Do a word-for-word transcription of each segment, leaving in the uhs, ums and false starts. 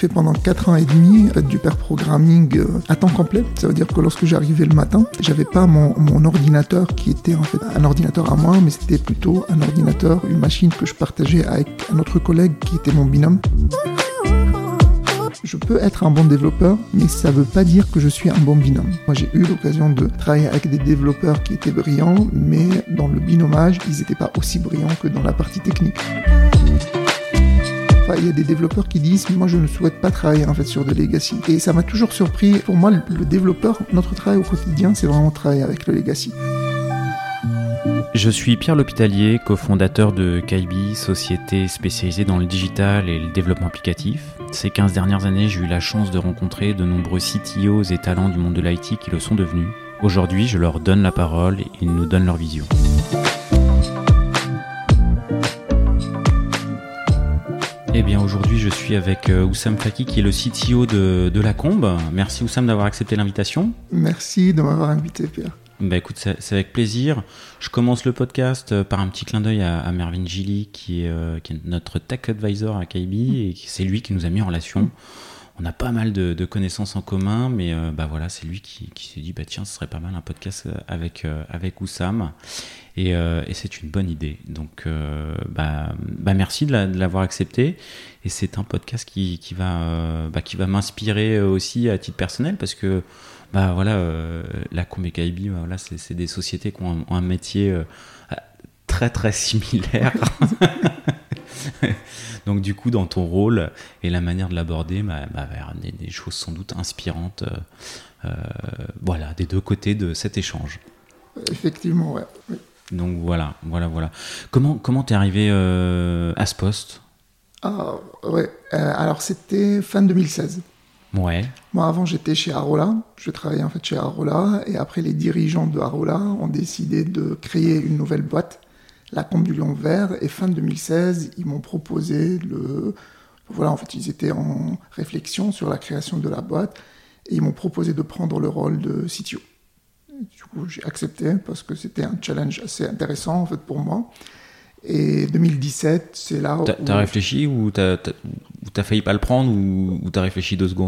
fait pendant quatre ans et demi en fait, du pair programming euh, à temps complet. Ça veut dire que lorsque j'arrivais le matin, j'avais pas mon, mon ordinateur qui était en fait un ordinateur à moi, mais c'était plutôt un ordinateur, une machine que je partageais avec un autre collègue qui était mon binôme. Je peux être un bon développeur, mais ça ne veut pas dire que je suis un bon binôme. Moi, j'ai eu l'occasion de travailler avec des développeurs qui étaient brillants, mais dans le binômage, ils n'étaient pas aussi brillants que dans la partie technique. Enfin, il y a des développeurs qui disent « moi, je ne souhaite pas travailler en fait, sur de legacy ». Et ça m'a toujours surpris. Pour moi, le développeur, notre travail au quotidien, c'est vraiment travailler avec le legacy. Je suis Pierre L'Hôpitalier, cofondateur de Kaibi, société spécialisée dans le digital et le développement applicatif. Ces quinze dernières années, j'ai eu la chance de rencontrer de nombreux C T Os et talents du monde de l'I T qui le sont devenus. Aujourd'hui, je leur donne la parole et ils nous donnent leur vision. Eh bien, aujourd'hui, je suis avec Oussam Faky, qui est le C T O de, de La Combe. Merci Oussam d'avoir accepté l'invitation. Merci de m'avoir invité, Pierre. Bah écoute, c'est, c'est avec plaisir. Je commence le podcast par un petit clin d'œil à, à Mervyn Gilly, qui est, euh, qui est notre tech advisor à Kaibi, et c'est lui qui nous a mis en relation. On a pas mal de, de connaissances en commun, mais euh, bah voilà, c'est lui qui, qui s'est dit bah tiens, ce serait pas mal un podcast avec euh, avec Oussam, et, euh, et c'est une bonne idée. Donc euh, bah, bah merci de, la, de l'avoir accepté. Et c'est un podcast qui qui va euh, bah, qui va m'inspirer aussi à titre personnel, parce que bah voilà, euh, La Combe et Kaibi, bah, voilà, c'est, c'est des sociétés qui ont un, ont un métier euh, très très similaire. Donc du coup, dans ton rôle et la manière de l'aborder, bah, bah, des, des choses sans doute inspirantes, euh, euh, voilà, des deux côtés de cet échange. Effectivement, ouais. Oui. Donc voilà, voilà, voilà. Comment comment t'es arrivé euh, à ce poste ? Ah ouais. Euh, alors c'était fin deux mille seize. Ouais. Moi, avant, j'étais chez Arola. Je travaillais en fait chez Arola. Et après, les dirigeants de Arola ont décidé de créer une nouvelle boîte, La Combe du Lion Vert. Et fin deux mille seize, ils m'ont proposé le... Voilà, en fait, ils étaient en réflexion sur la création de la boîte. Et ils m'ont proposé de prendre le rôle de C T O. Du coup, j'ai accepté parce que c'était un challenge assez intéressant, en fait, pour moi. Et deux mille dix-sept, c'est là où... T'as, t'as réfléchi ou t'as, t'as, ou t'as failli pas le prendre, ou, ou t'as réfléchi deux secondes ?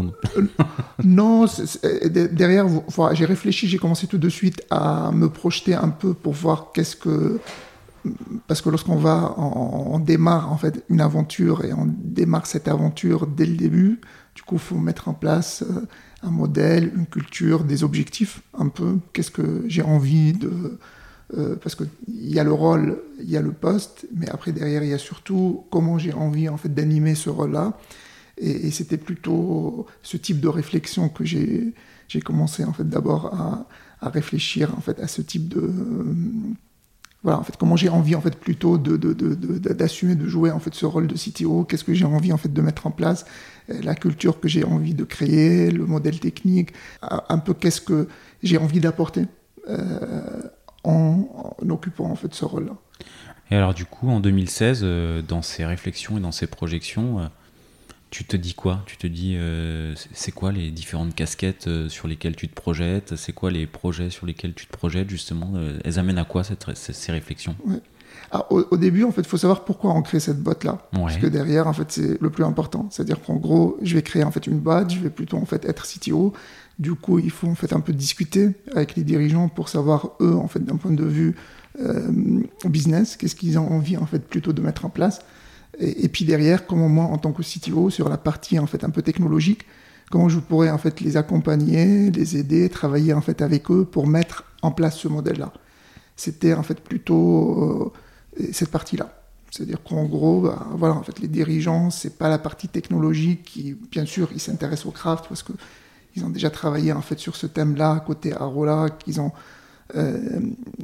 Non, c'est, c'est, derrière, voilà, j'ai réfléchi, j'ai commencé tout de suite à me projeter un peu pour voir qu'est-ce que... Parce que lorsqu'on va, on, on démarre en fait une aventure et on démarre cette aventure dès le début, du coup, il faut mettre en place un modèle, une culture, des objectifs un peu. Qu'est-ce que j'ai envie de... Euh, parce qu'il y a le rôle, il y a le poste, mais après derrière il y a surtout comment j'ai envie en fait d'animer ce rôle-là, et, et c'était plutôt ce type de réflexion que j'ai j'ai commencé en fait d'abord à, à réfléchir en fait à ce type de euh, voilà en fait comment j'ai envie en fait plutôt de, de, de, de d'assumer de jouer en fait ce rôle de C T O, qu'est-ce que j'ai envie en fait de mettre en place, la culture que j'ai envie de créer, le modèle technique, un peu qu'est-ce que j'ai envie d'apporter. Euh, En, en occupant en fait ce rôle-là. Et alors du coup, en deux mille seize, euh, dans ces réflexions et dans ces projections, euh, tu te dis quoi ? Tu te dis, euh, c'est quoi les différentes casquettes euh, sur lesquelles tu te projettes ? C'est quoi les projets sur lesquels tu te projettes, justement ? euh, Elles amènent à quoi cette, ces, ces réflexions ? Ouais. Alors, au, au début, en fait, il faut savoir pourquoi on crée cette boîte-là. Ouais. Parce que derrière, en fait, c'est le plus important. C'est-à-dire qu'en gros, je vais créer en fait une boîte, je vais plutôt en fait être C T O. Du coup, il faut en fait un peu discuter avec les dirigeants pour savoir, eux, en fait, d'un point de vue euh, business, qu'est-ce qu'ils ont envie en fait plutôt de mettre en place. Et, et puis derrière, comment moi, en tant que C T O, sur la partie en fait un peu technologique, comment je pourrais en fait les accompagner, les aider, travailler en fait avec eux pour mettre en place ce modèle-là. C'était en fait plutôt euh, cette partie-là. C'est-à-dire qu'en gros, bah, voilà, en fait, les dirigeants, c'est pas la partie technologique qui, bien sûr, ils s'intéressent au craft parce que ils ont déjà travaillé en fait sur ce thème-là côté Arola, qu'ils ont euh,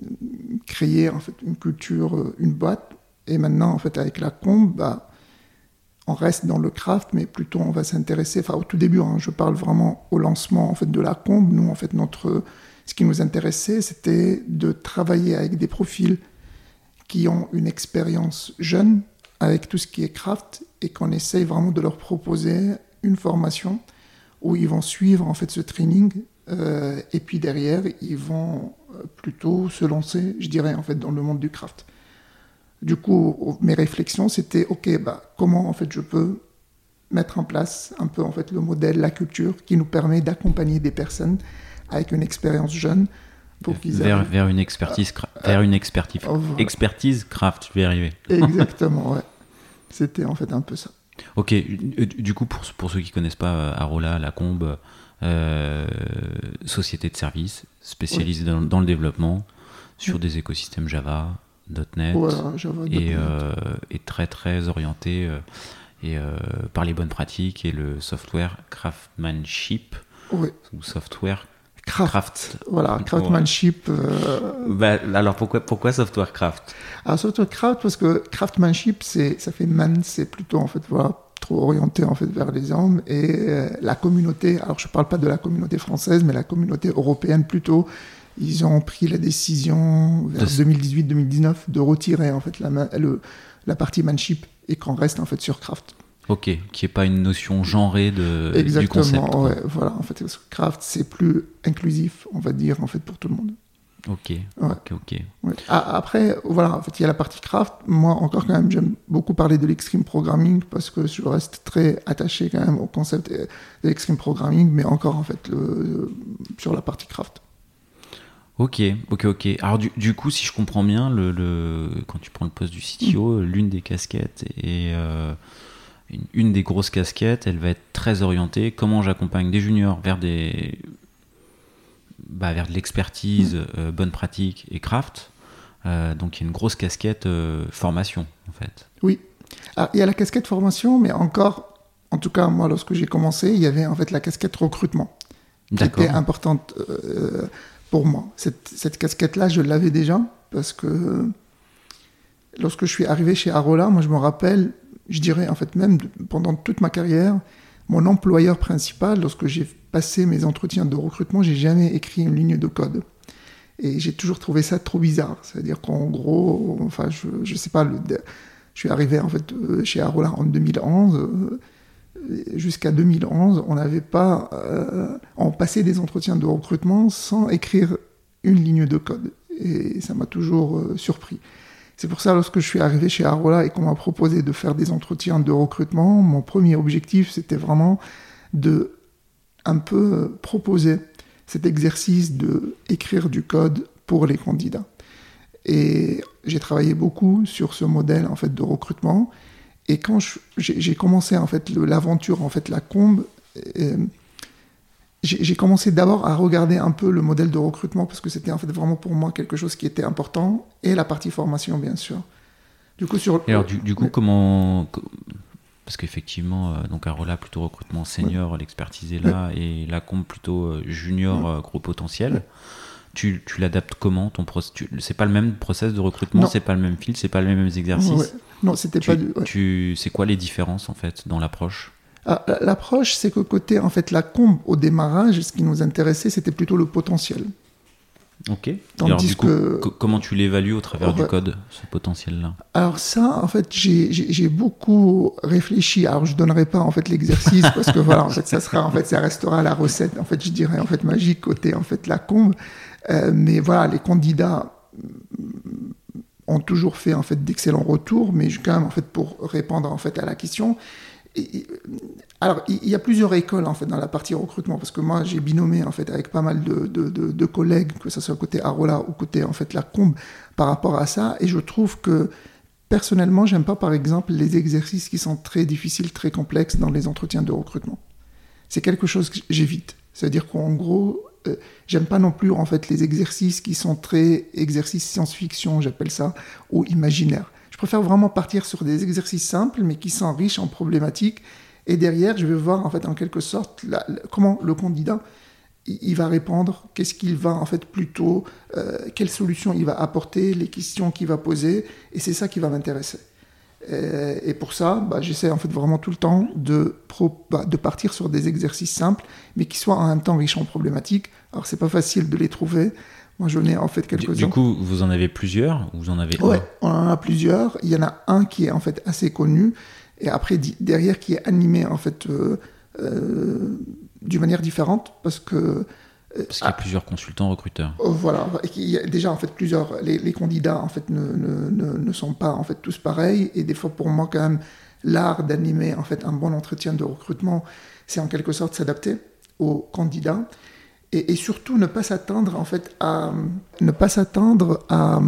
créé en fait une culture, une boîte. Et maintenant, en fait, avec La Combe, bah, on reste dans le craft, mais plutôt on va s'intéresser. Enfin, au tout début, hein, je parle vraiment au lancement en fait de La Combe. Nous, en fait, notre, ce qui nous intéressait, c'était de travailler avec des profils qui ont une expérience jeune avec tout ce qui est craft et qu'on essaye vraiment de leur proposer une formation où ils vont suivre en fait ce training euh, et puis derrière ils vont plutôt se lancer, je dirais en fait dans le monde du craft. Du coup, mes réflexions c'était ok, bah comment en fait je peux mettre en place un peu en fait le modèle, la culture qui nous permet d'accompagner des personnes avec une expérience jeune pour qu'ils vers, arrivent... vers une expertise, cra... euh, vers une expertise, euh, voilà. expertise craft, je vais y arriver. Exactement, ouais. C'était en fait un peu ça. Ok, du coup, pour, pour ceux qui ne connaissent pas Arola, Lacombe, euh, société de services spécialisée oui. dans, dans le développement sur oui. des écosystèmes Java, .NET, voilà, Java, et, euh, et très très orienté euh, et, euh, par les bonnes pratiques et le software craftsmanship oui. ou software Craft. craft. Voilà, craftsmanship. Euh... Bah, alors pourquoi, pourquoi software craft? Alors software craft parce que craftsmanship, c'est, ça fait man, c'est plutôt en fait voilà, trop orienté en fait vers les hommes et euh, la communauté. Alors je parle pas de la communauté française, mais la communauté européenne plutôt. Ils ont pris la décision vers de... deux mille dix-huit deux mille dix-neuf de retirer en fait la, le, la partie manship et qu'on reste en fait sur craft. Ok, qui n'est pas une notion genrée de, Exactement, du concept. Exactement, ouais, voilà. En fait, craft, c'est plus inclusif, on va dire, en fait, pour tout le monde. Ok, ouais. ok, ok. Ouais. Ah, après, voilà, en fait, il y a la partie craft. Moi, encore, quand même, j'aime beaucoup parler de l'extreme programming parce que je reste très attaché, quand même, au concept de l'extreme programming, mais encore, en fait, le, sur la partie craft. Ok, ok, ok. Alors, du, du coup, si je comprends bien, le, le, quand tu prends le poste du C T O, mmh. l'une des casquettes est... Euh, Une, une des grosses casquettes, elle va être très orientée. Comment j'accompagne des juniors vers des, bah, vers de l'expertise, mmh. euh, bonne pratique et craft. Euh, donc il y a une grosse casquette euh, formation en fait. Oui. Alors, il y a la casquette formation, mais encore, en tout cas moi lorsque j'ai commencé, il y avait en fait la casquette recrutement qui D'accord. était importante euh, pour moi. Cette, cette casquette-là, je l'avais déjà parce que lorsque je suis arrivé chez Arola, moi je me rappelle. Je dirais, en fait, même pendant toute ma carrière, mon employeur principal, lorsque j'ai passé mes entretiens de recrutement, j'ai jamais écrit une ligne de code. Et j'ai toujours trouvé ça trop bizarre. C'est-à-dire qu'en gros, enfin, je, je sais pas, le, je suis arrivé, en fait, chez Arola en deux mille onze. Euh, jusqu'à deux mille onze, on n'avait pas... Euh, on passait des entretiens de recrutement sans écrire une ligne de code. Et ça m'a toujours euh, surpris. C'est pour ça, lorsque je suis arrivé chez Arola et qu'on m'a proposé de faire des entretiens de recrutement, mon premier objectif, c'était vraiment de un peu proposer cet exercice d'écrire du code pour les candidats. Et j'ai travaillé beaucoup sur ce modèle en fait, de recrutement. Et quand je, j'ai, j'ai commencé en fait, le, l'aventure, en fait, Lacombe, euh, J'ai, j'ai commencé d'abord à regarder un peu le modèle de recrutement parce que c'était en fait vraiment pour moi quelque chose qui était important et la partie formation bien sûr. Du coup sur. Et alors du, du coup mais... comment parce qu'effectivement euh, donc Arola plutôt recrutement senior, ouais. l'expertise est là ouais. et Lacombe plutôt euh, junior ouais. euh, gros potentiel. Ouais. Tu, tu l'adaptes comment ton process tu, c'est pas le même process de recrutement, non. c'est pas le même fil, c'est pas les mêmes exercices. Ouais. Non c'était tu, pas. Du, ouais. tu c'est quoi les différences en fait dans l'approche? Ah, l'approche, c'est que côté en fait Lacombe au démarrage, ce qui nous intéressait, c'était plutôt le potentiel. Ok. Alors du coup, que... c- comment tu l'évalues au travers ouais. du code, ce potentiel-là? Alors ça, en fait, j'ai, j'ai, j'ai beaucoup réfléchi. Alors je donnerai pas en fait l'exercice parce que voilà, en fait, ça sera en fait, ça restera la recette. En fait, je dirais en fait magique côté en fait Lacombe. Euh, mais voilà, les candidats ont toujours fait en fait d'excellents retours, mais quand même en fait pour répondre en fait à la question. Et, alors, il y a plusieurs écoles en fait dans la partie recrutement parce que moi j'ai binômé en fait avec pas mal de, de, de, de collègues, que ce soit côté Arola ou côté en fait Lacombe par rapport à ça. Et je trouve que personnellement, j'aime pas par exemple les exercices qui sont très difficiles, très complexes dans les entretiens de recrutement. C'est quelque chose que j'évite. C'est-à-dire qu'en gros, euh, j'aime pas non plus en fait les exercices qui sont très exercices science-fiction, j'appelle ça, ou imaginaires. Je préfère vraiment partir sur des exercices simples, mais qui sont riches en problématiques. Et derrière, je vais voir, en fait, en quelque sorte, la, la, comment le candidat, il, il va répondre, qu'est-ce qu'il va, en fait, plutôt, euh, quelles solutions il va apporter, les questions qu'il va poser. Et c'est ça qui va m'intéresser. Et, et pour ça, bah, j'essaie, en fait, vraiment tout le temps de, pro, bah, de partir sur des exercices simples, mais qui soient en même temps riches en problématiques. Alors, c'est pas facile de les trouver. Moi, j'en ai en fait quelques-uns. Du, du coup, vous en avez plusieurs ou vous en avez ouais, un? On en a plusieurs. Il y en a un qui est en fait assez connu et après derrière qui est animé en fait euh, euh, d'une manière différente parce que Parce qu'il y a ah, plusieurs consultants recruteurs. Euh, voilà, il y a déjà en fait plusieurs. Les, les candidats en fait ne, ne, ne, ne sont pas en fait tous pareils, et des fois pour moi quand même l'art d'animer en fait un bon entretien de recrutement, c'est en quelque sorte s'adapter aux candidats et, et surtout ne pas s'attendre en fait à ne pas s'attendre à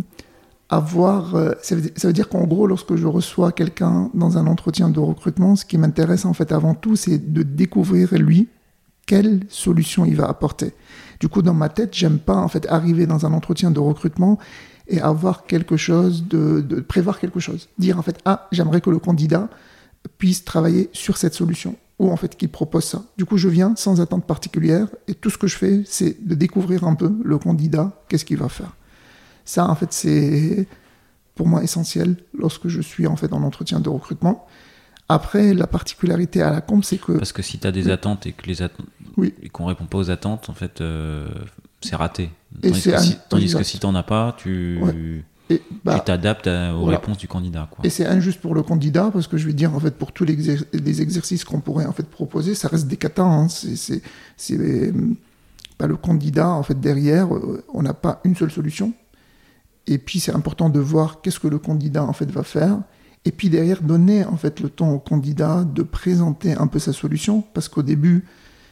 avoir. Ça veut, ça veut dire qu'en gros, lorsque je reçois quelqu'un dans un entretien de recrutement, ce qui m'intéresse en fait avant tout, c'est de découvrir lui. Quelle solution il va apporter. Du coup, dans ma tête, j'aime pas en fait arriver dans un entretien de recrutement et avoir quelque chose de, de prévoir quelque chose. Dire en fait, ah, j'aimerais que le candidat puisse travailler sur cette solution ou en fait qu'il propose ça. Du coup, je viens sans attente particulière et tout ce que je fais, c'est de découvrir un peu le candidat, qu'est-ce qu'il va faire. Ça, en fait, c'est pour moi essentiel lorsque je suis en fait en entretien de recrutement. Après, la particularité à la comp, c'est que... Parce que si tu as des oui. attentes et, que les att... oui. et qu'on ne répond pas aux attentes, en fait, euh, c'est raté. Et tandis c'est que, un... si, tandis que si tu n'en as pas, tu, ouais. et, bah, tu t'adaptes à, aux voilà. réponses du candidat. Quoi. Et c'est injuste pour le candidat, parce que je vais dire, en fait, pour tous les, exer... les exercices qu'on pourrait en fait, proposer, ça reste des katas. Hein. C'est, c'est, c'est, bah, le candidat, en fait, derrière, on n'a pas une seule solution. Et puis, c'est important de voir qu'est-ce que le candidat, en fait, va faire. Et puis derrière, donner en fait le temps au candidat de présenter un peu sa solution, parce qu'au début,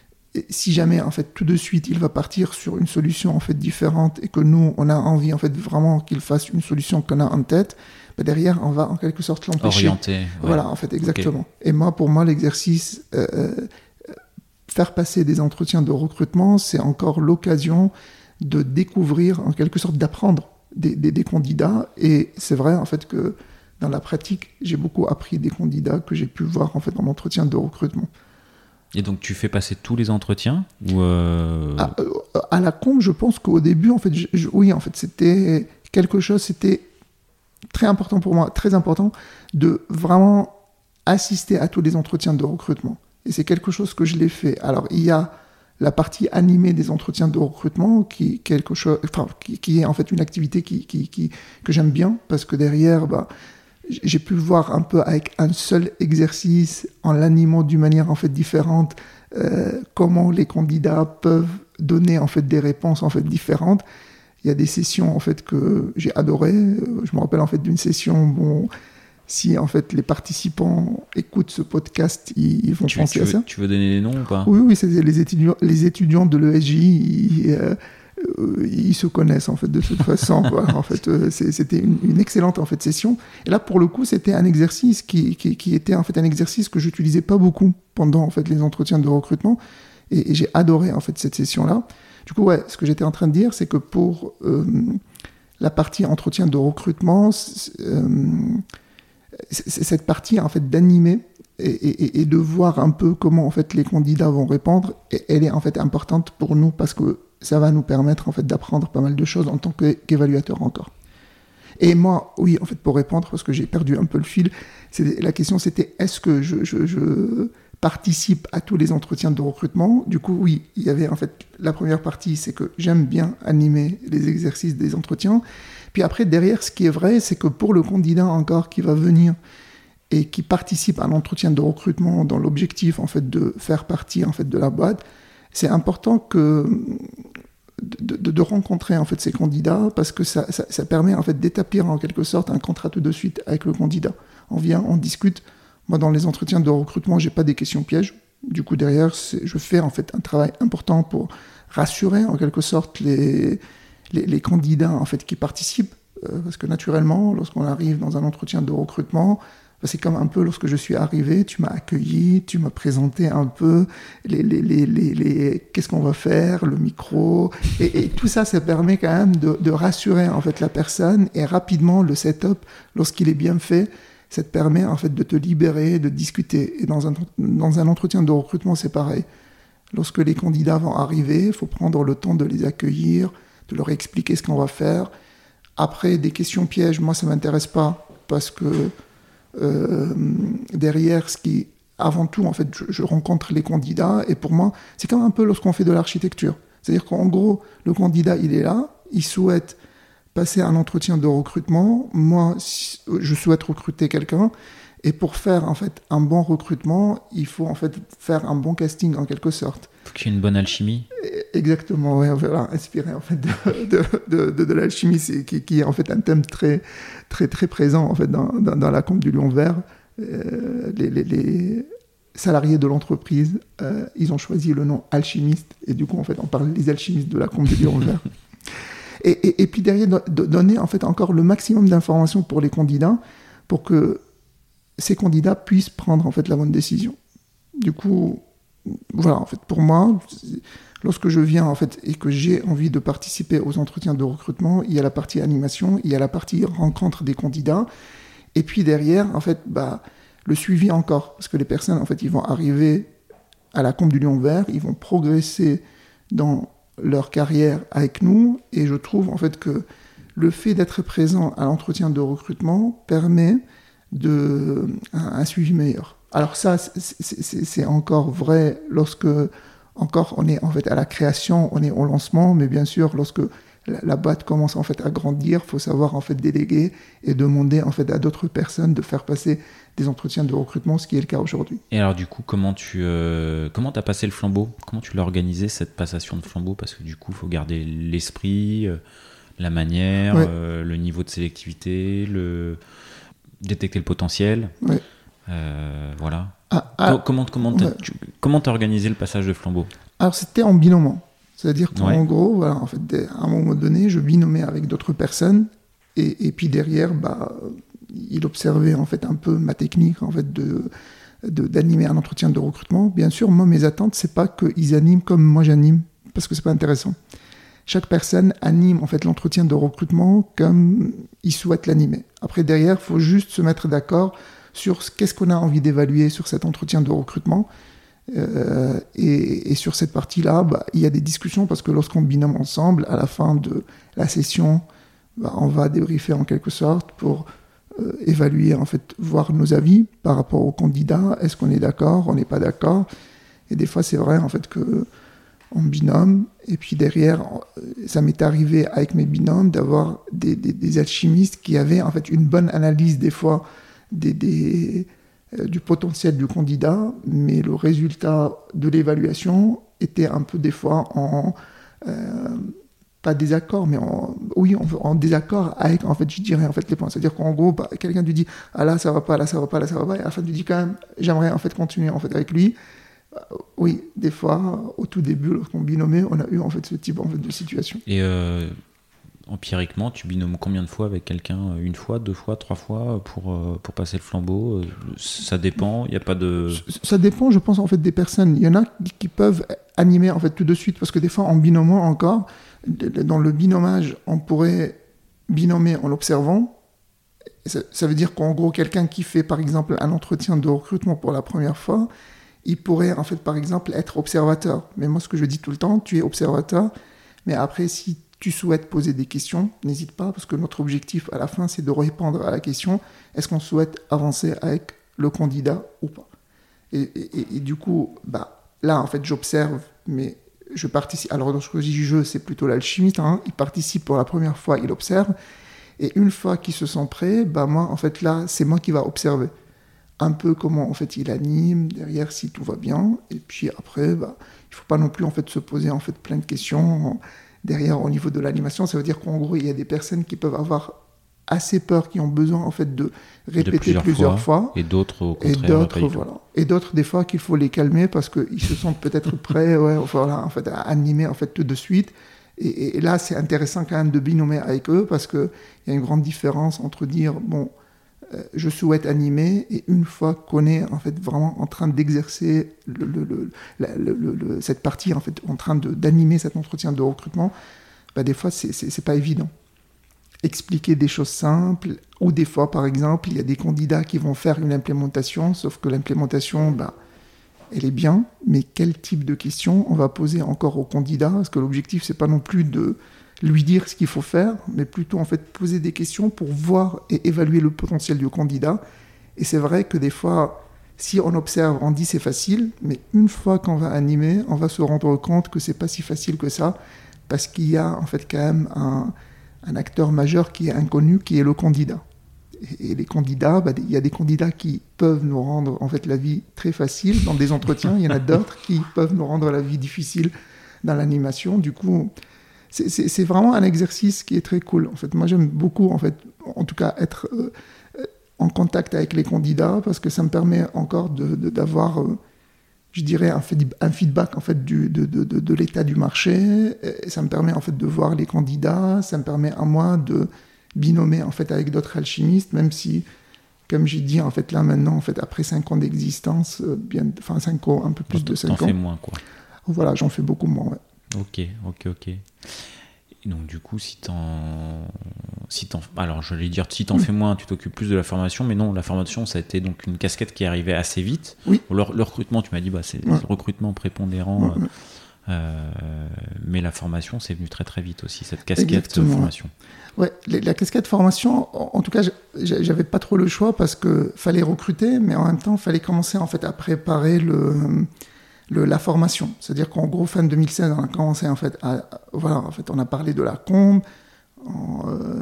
si jamais en fait tout de suite il va partir sur une solution en fait différente et que nous on a envie en fait vraiment qu'il fasse une solution qu'on a en tête, bah derrière on va en quelque sorte l'empêcher. Orienter. Ouais. Voilà, en fait exactement. Okay. Et moi pour moi l'exercice euh, faire passer des entretiens de recrutement, c'est encore l'occasion de découvrir en quelque sorte d'apprendre des, des, des candidats. Et c'est vrai en fait que dans la pratique, j'ai beaucoup appris des candidats que j'ai pu voir en fait en entretien de recrutement. Et donc tu fais passer tous les entretiens ou euh... à, à la comp, je pense qu'au début, en fait, je, je, oui, en fait, c'était quelque chose, c'était très important pour moi, très important de vraiment assister à tous les entretiens de recrutement. Et c'est quelque chose que je l'ai fait. Alors il y a la partie animée des entretiens de recrutement qui quelque chose, enfin, qui, qui est en fait une activité qui, qui, qui que j'aime bien parce que derrière, bah j'ai pu le voir un peu avec un seul exercice, en l'animant d'une manière en fait différente, euh, comment les candidats peuvent donner en fait des réponses en fait différentes. Il y a des sessions en fait que j'ai adorées. Je me rappelle en fait d'une session, bon, si en fait les participants écoutent ce podcast, ils, ils vont tu, penser tu à veux, ça. Tu veux donner des noms ou pas ? Oui, oui, c'est les étudiants, les étudiants de l'E S J. Ils, euh, ils se connaissent en fait de toute façon. Quoi. En fait, euh, c'est, c'était une, une excellente en fait session. Et là, pour le coup, c'était un exercice qui, qui, qui était en fait un exercice que j'utilisais pas beaucoup pendant en fait les entretiens de recrutement. Et, et j'ai adoré en fait cette session-là. Du coup, ouais, ce que j'étais en train de dire, c'est que pour euh, la partie entretien de recrutement, c'est, euh, c'est cette partie en fait d'animer et, et, et de voir un peu comment en fait les candidats vont répondre, et elle est en fait importante pour nous parce que ça va nous permettre en fait d'apprendre pas mal de choses en tant qu'évaluateur encore. Et moi, oui, en fait, pour répondre, parce que j'ai perdu un peu le fil, c'est, la question c'était est-ce que je, je, je participe à tous les entretiens de recrutement ? Du coup, oui, il y avait en fait la première partie, c'est que j'aime bien animer les exercices des entretiens. Puis après, derrière, ce qui est vrai, c'est que pour le candidat encore qui va venir et qui participe à l'entretien de recrutement dans l'objectif en fait de faire partie en fait de la boîte, c'est important que de, de, de rencontrer en fait ces candidats parce que ça, ça, ça permet en fait d'établir en quelque sorte un contrat tout de suite avec le candidat. On vient, on discute. Moi, dans les entretiens de recrutement, j'ai pas des questions pièges. Du coup, derrière, c'est, je fais en fait un travail important pour rassurer en quelque sorte les les, les candidats en fait qui participent, euh, parce que naturellement, lorsqu'on arrive dans un entretien de recrutement, c'est comme un peu lorsque je suis arrivé, tu m'as accueilli, tu m'as présenté un peu les, les, les, les, les, qu'est-ce qu'on va faire, le micro, et, et tout ça, ça permet quand même de, de rassurer en fait la personne, et rapidement le setup, lorsqu'il est bien fait, ça te permet en fait de te libérer, de discuter. Et dans un, dans un entretien de recrutement, c'est pareil. Lorsque les candidats vont arriver, il faut prendre le temps de les accueillir, de leur expliquer ce qu'on va faire. Après, des questions pièges, moi ça m'intéresse pas, parce que Euh, derrière, ce qui, avant tout, en fait, je, je rencontre les candidats et pour moi, c'est comme un peu lorsqu'on fait de l'architecture. C'est-à-dire qu'en gros, le candidat, il est là, il souhaite passer un entretien de recrutement. Moi, je souhaite recruter quelqu'un Et pour faire en fait un bon recrutement, il faut en fait faire un bon casting en quelque sorte. Il faut qu'il y ait une bonne alchimie. Exactement, ouais, voilà, inspiré en fait de, de, de, de, de l'alchimie, c'est, qui, qui est en fait un thème très, très, très présent en fait dans, dans, dans la Combe du Lion Vert. Euh, les, les, les salariés de l'entreprise, euh, ils ont choisi le nom alchimiste, et du coup en fait on parle des alchimistes de la Combe du Lion Vert. Et, et, et puis derrière, de donner en fait encore le maximum d'informations pour les candidats, pour que ces candidats puissent prendre en fait la bonne décision. Du coup, voilà, en fait, pour moi, lorsque je viens en fait et que j'ai envie de participer aux entretiens de recrutement, il y a la partie animation, il y a la partie rencontre des candidats, et puis derrière, en fait, bah, le suivi encore, parce que les personnes, en fait, ils vont arriver à la Combe du Lion Vert, ils vont progresser dans leur carrière avec nous, et je trouve en fait que le fait d'être présent à l'entretien de recrutement permet de un, un suivi meilleur. Alors ça, c'est, c'est, c'est encore vrai lorsque encore on est en fait à la création, on est au lancement, mais bien sûr lorsque la, la boîte commence en fait à grandir, faut savoir en fait déléguer et demander en fait à d'autres personnes de faire passer des entretiens de recrutement, ce qui est le cas aujourd'hui. Et alors du coup, comment tu euh, comment t'as passé le flambeau ? Comment tu l'as organisé cette passation de flambeau ? Parce que du coup, il faut garder l'esprit, euh, la manière, ouais. euh, le niveau de sélectivité, le détecter le potentiel. Ouais. Euh, voilà. Ah, ah, comment comment t'as, ouais. tu, comment t'as organisé le passage de flambeau ? Alors c'était en binôme, c'est-à-dire qu'en ouais. gros, voilà, en fait, à un moment donné, je binômais avec d'autres personnes, et, et puis derrière, bah, il observait en fait un peu ma technique en fait de, de d'animer un entretien de recrutement. Bien sûr, moi mes attentes, c'est pas qu'ils animent comme moi j'anime, parce que c'est pas intéressant. Chaque personne anime en fait l'entretien de recrutement comme il souhaite l'animer. Après derrière, il faut juste se mettre d'accord sur qu'est-ce qu'on a envie d'évaluer sur cet entretien de recrutement. Euh, et, et sur cette partie-là, bah, il y a des discussions parce que lorsqu'on binôme ensemble, à la fin de la session, bah, on va débriefer en quelque sorte pour euh, évaluer, en fait, voir nos avis par rapport aux candidats. Est-ce qu'on est d'accord, on n'est pas d'accord ? Et des fois, c'est vrai en fait que on binôme, et puis derrière, ça m'est arrivé avec mes binômes d'avoir des, des, des alchimistes qui avaient en fait une bonne analyse des fois des, des, euh, du potentiel du candidat, mais le résultat de l'évaluation était un peu des fois en euh, pas désaccord, mais en, oui, en, en désaccord avec, en fait, je dirais en fait les points. C'est-à-dire qu'en gros, bah, quelqu'un lui dit ah là ça va pas, là ça va pas, là ça va pas, et à la fin tu dis quand même j'aimerais en fait continuer en fait avec lui. Oui, des fois, au tout début, lorsqu'on binômait, on a eu en fait ce type en fait, de situation. Et euh, empiriquement, tu binômes combien de fois avec quelqu'un ? Une fois, deux fois, trois fois pour, euh, pour passer le flambeau ? Ça dépend, il n'y a pas de... Ça dépend, je pense, en fait, des personnes. Il y en a qui, qui peuvent animer en fait, tout de suite, parce que des fois, en binômant encore, dans le binomage, on pourrait binômer en l'observant. Ça, ça veut dire qu'en gros, quelqu'un qui fait, par exemple, un entretien de recrutement pour la première fois, il pourrait, en fait, par exemple, être observateur. Mais moi, ce que je dis tout le temps, tu es observateur, mais après, si tu souhaites poser des questions, n'hésite pas, parce que notre objectif, à la fin, c'est de répondre à la question, est-ce qu'on souhaite avancer avec le candidat ou pas ? Et, et, et du coup, bah, là, en fait, j'observe, mais je participe. Alors, lorsque je dis je, c'est plutôt l'alchimiste, hein, il participe pour la première fois, il observe, et une fois qu'il se sent prêt, bah, moi, en fait, là, c'est moi qui va observer. Un peu comment en fait il anime, derrière si tout va bien, et puis après, bah, il ne faut pas non plus en fait se poser en fait plein de questions. Derrière, au niveau de l'animation, ça veut dire qu'en gros, il y a des personnes qui peuvent avoir assez peur, qui ont besoin en fait de répéter de plusieurs, plusieurs fois, fois, et d'autres au contraire. Et d'autres, voilà. Et d'autres des fois qu'il faut les calmer parce qu'ils se sentent peut-être prêts, ouais, voilà, en fait, à animer en fait tout de suite. Et, et là, c'est intéressant quand même de binômer avec eux parce qu'il y a une grande différence entre dire bon. Euh, je souhaite animer, et une fois qu'on est en fait vraiment en train d'exercer le, le, le, le, le, le, cette partie, en fait, en train de, d'animer cet entretien de recrutement, bah, des fois c'est, c'est, c'est pas évident. Expliquer des choses simples, ou des fois par exemple, il y a des candidats qui vont faire une implémentation, sauf que l'implémentation, bah, elle est bien, mais quel type de questions on va poser encore au candidat ? Parce que l'objectif, c'est pas non plus de lui dire ce qu'il faut faire, mais plutôt en fait poser des questions pour voir et évaluer le potentiel du candidat. Et c'est vrai que des fois, si on observe, on dit c'est facile, mais une fois qu'on va animer, on va se rendre compte que c'est pas si facile que ça, parce qu'il y a en fait quand même un, un acteur majeur qui est inconnu, qui est le candidat. Et, et les candidats, bah, il y a des candidats qui peuvent nous rendre en fait la vie très facile dans des entretiens. Il y en a d'autres qui peuvent nous rendre la vie difficile dans l'animation. Du coup, c'est, c'est, c'est vraiment un exercice qui est très cool. En fait, moi, j'aime beaucoup, en fait, en tout cas, être euh, en contact avec les candidats parce que ça me permet encore de, de, d'avoir, euh, je dirais, un, un feedback en fait du, de, de, de, de l'état du marché. Et ça me permet en fait de voir les candidats. Ça me permet à moi de binômer en fait avec d'autres alchimistes, même si, comme j'ai dit, en fait, là maintenant, en fait, après cinq ans d'existence, euh, bien, enfin cinq ans, un peu plus bon, de cinq ans. T'en fais moins, quoi. Voilà, j'en fais beaucoup moins, ouais. Ok, ok, ok. Et donc du coup, si t'en, si t'en, alors je vais dire, si t'en mmh. fais moins, tu t'occupes plus de la formation, mais non, la formation, ça a été donc une casquette qui est arrivée assez vite. Oui. Le, le recrutement, tu m'as dit, bah c'est ouais. le recrutement prépondérant, ouais, ouais. Euh, mais la formation, c'est venu très très vite aussi, cette casquette Exactement. de formation. Ouais, la, la casquette formation, en, en tout cas, j'avais pas trop le choix parce que fallait recruter, mais en même temps, fallait commencer en fait à préparer le. Le, la formation, c'est-à-dire qu'en gros fin deux mille seize on a commencé en fait à, à voilà en fait on a parlé de la combe en, euh,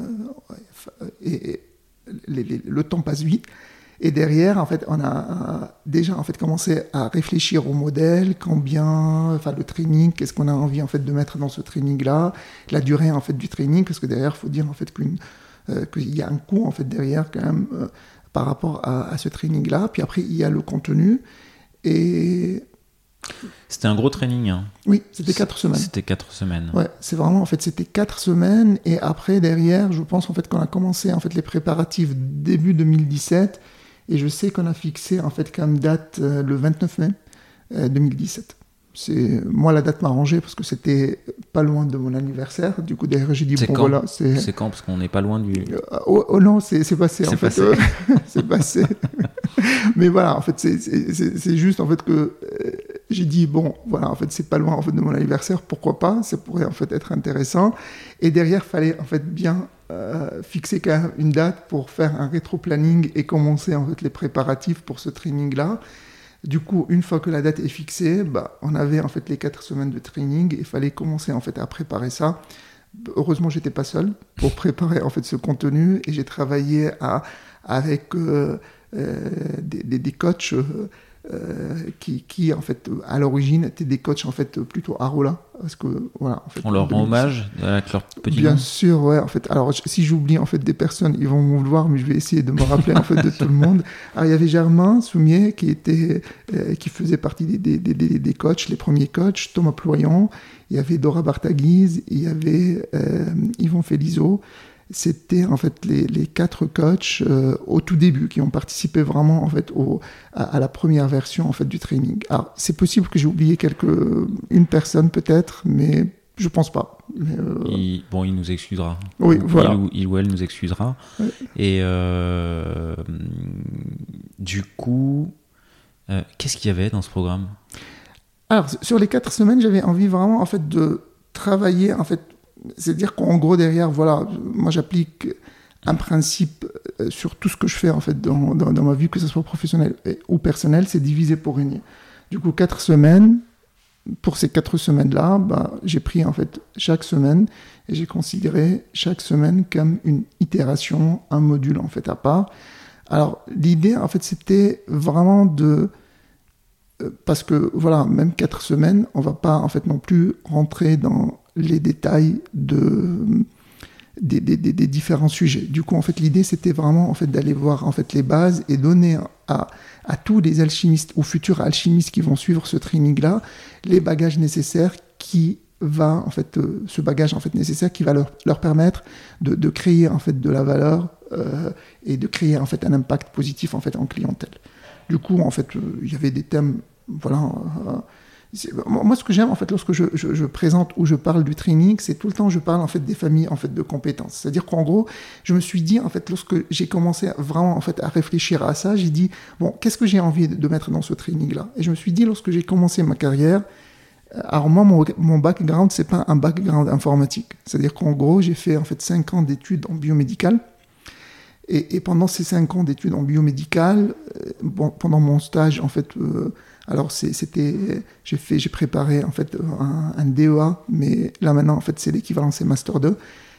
et, et les, les, le temps passe vite et derrière en fait on a déjà en fait commencé à réfléchir au modèle, combien, enfin le training, qu'est-ce qu'on a envie en fait de mettre dans ce training là, la durée en fait du training parce que derrière faut dire en fait qu'une euh, qu'il y a un coût en fait derrière quand même euh, par rapport à, à ce training là, puis après il y a le contenu et c'était un gros training. Hein. Oui, c'était quatre semaines. C'était quatre semaines. Ouais, c'est vraiment en fait c'était quatre semaines et après derrière, je pense en fait qu'on a commencé en fait les préparatifs début deux mille dix-sept et je sais qu'on a fixé en fait comme date euh, le vingt-neuf mai euh, deux mille dix-sept. C'est moi la date m'a arrangé parce que c'était pas loin de mon anniversaire. Du coup derrière j'ai dit c'est bon quand voilà c'est. C'est quand parce qu'on n'est pas loin du. Euh, oh, oh non c'est c'est passé c'est en passé. fait. Euh, c'est passé. Mais voilà en fait c'est c'est c'est, c'est juste en fait que euh, j'ai dit bon voilà en fait c'est pas loin en fait de mon anniversaire, pourquoi pas, ça pourrait en fait être intéressant. Et derrière fallait en fait bien euh, fixer quand même une date pour faire un rétro-planning et commencer en fait les préparatifs pour ce training là. Du coup, une fois que la date est fixée, bah, on avait en fait les quatre semaines de training et il fallait commencer en fait à préparer ça. Heureusement, j'étais pas seul pour préparer en fait ce contenu et j'ai travaillé à, avec euh, euh, des, des, des coachs euh, euh, qui, qui en fait à l'origine étaient des coachs en fait plutôt Arola parce que voilà en fait on leur rend hommage avec leur petit bien nom. sûr ouais en fait alors si j'oublie en fait des personnes ils vont me vouloir mais je vais essayer de me rappeler en fait de tout le monde. Alors il y avait Germain Soumier qui était euh, qui faisait partie des, des, des, des coachs, les premiers coachs, Thomas Ployon, il y avait Dora Bartaguise, il y avait euh, Yvon Félizo. C'était en fait les, les quatre coachs euh, au tout début qui ont participé vraiment en fait au, à, à la première version en fait du training. Alors c'est possible que j'ai oublié quelque une personne peut-être, mais je pense pas. Mais, euh... il, bon, il nous excusera. Oui, il, voilà. Il, il ou elle nous excusera. Ouais. Et euh, du coup, euh, qu'est-ce qu'il y avait dans ce programme ? Alors sur les quatre semaines, j'avais envie vraiment en fait de travailler en fait. C'est-à-dire qu'en gros, derrière, voilà, moi j'applique un principe sur tout ce que je fais en fait dans, dans, dans ma vie, que ce soit professionnel ou personnel, c'est diviser pour régner. Du coup, quatre semaines, pour ces quatre semaines-là, bah, j'ai pris en fait chaque semaine et j'ai considéré chaque semaine comme une itération, un module en fait à part. Alors, l'idée en fait, c'était vraiment de... Parce que voilà, même quatre semaines, on va pas en fait non plus rentrer dans les détails de, des, des, des, des différents sujets. Du coup, en fait, l'idée, c'était vraiment en fait, d'aller voir en fait, les bases et donner à, à tous les alchimistes ou futurs alchimistes qui vont suivre ce training-là les bagages nécessaires qui va, en fait, euh, ce bagage en fait, nécessaire qui va leur, leur permettre de, de créer en fait, de la valeur euh, et de créer en fait, un impact positif en, fait, en clientèle. Du coup, en fait, il euh, y avait des thèmes, voilà... Euh, moi, ce que j'aime, en fait, lorsque je, je, je présente ou je parle du training, c'est tout le temps, je parle, en fait, des familles, en fait, de compétences. C'est-à-dire qu'en gros, je me suis dit, en fait, lorsque j'ai commencé à, vraiment, en fait, à réfléchir à ça, j'ai dit, bon, qu'est-ce que j'ai envie de mettre dans ce training-là ? Et je me suis dit, lorsque j'ai commencé ma carrière, alors moi, mon, mon background, c'est pas un background informatique. C'est-à-dire qu'en gros, j'ai fait, en fait, cinq ans d'études en biomédical. Et, et pendant ces cinq ans d'études en biomédical, euh, bon, pendant mon stage, en fait, euh, alors c'est, c'était, j'ai fait, j'ai préparé en fait un, un D E A, mais là maintenant en fait c'est l'équivalent, c'est Master deux.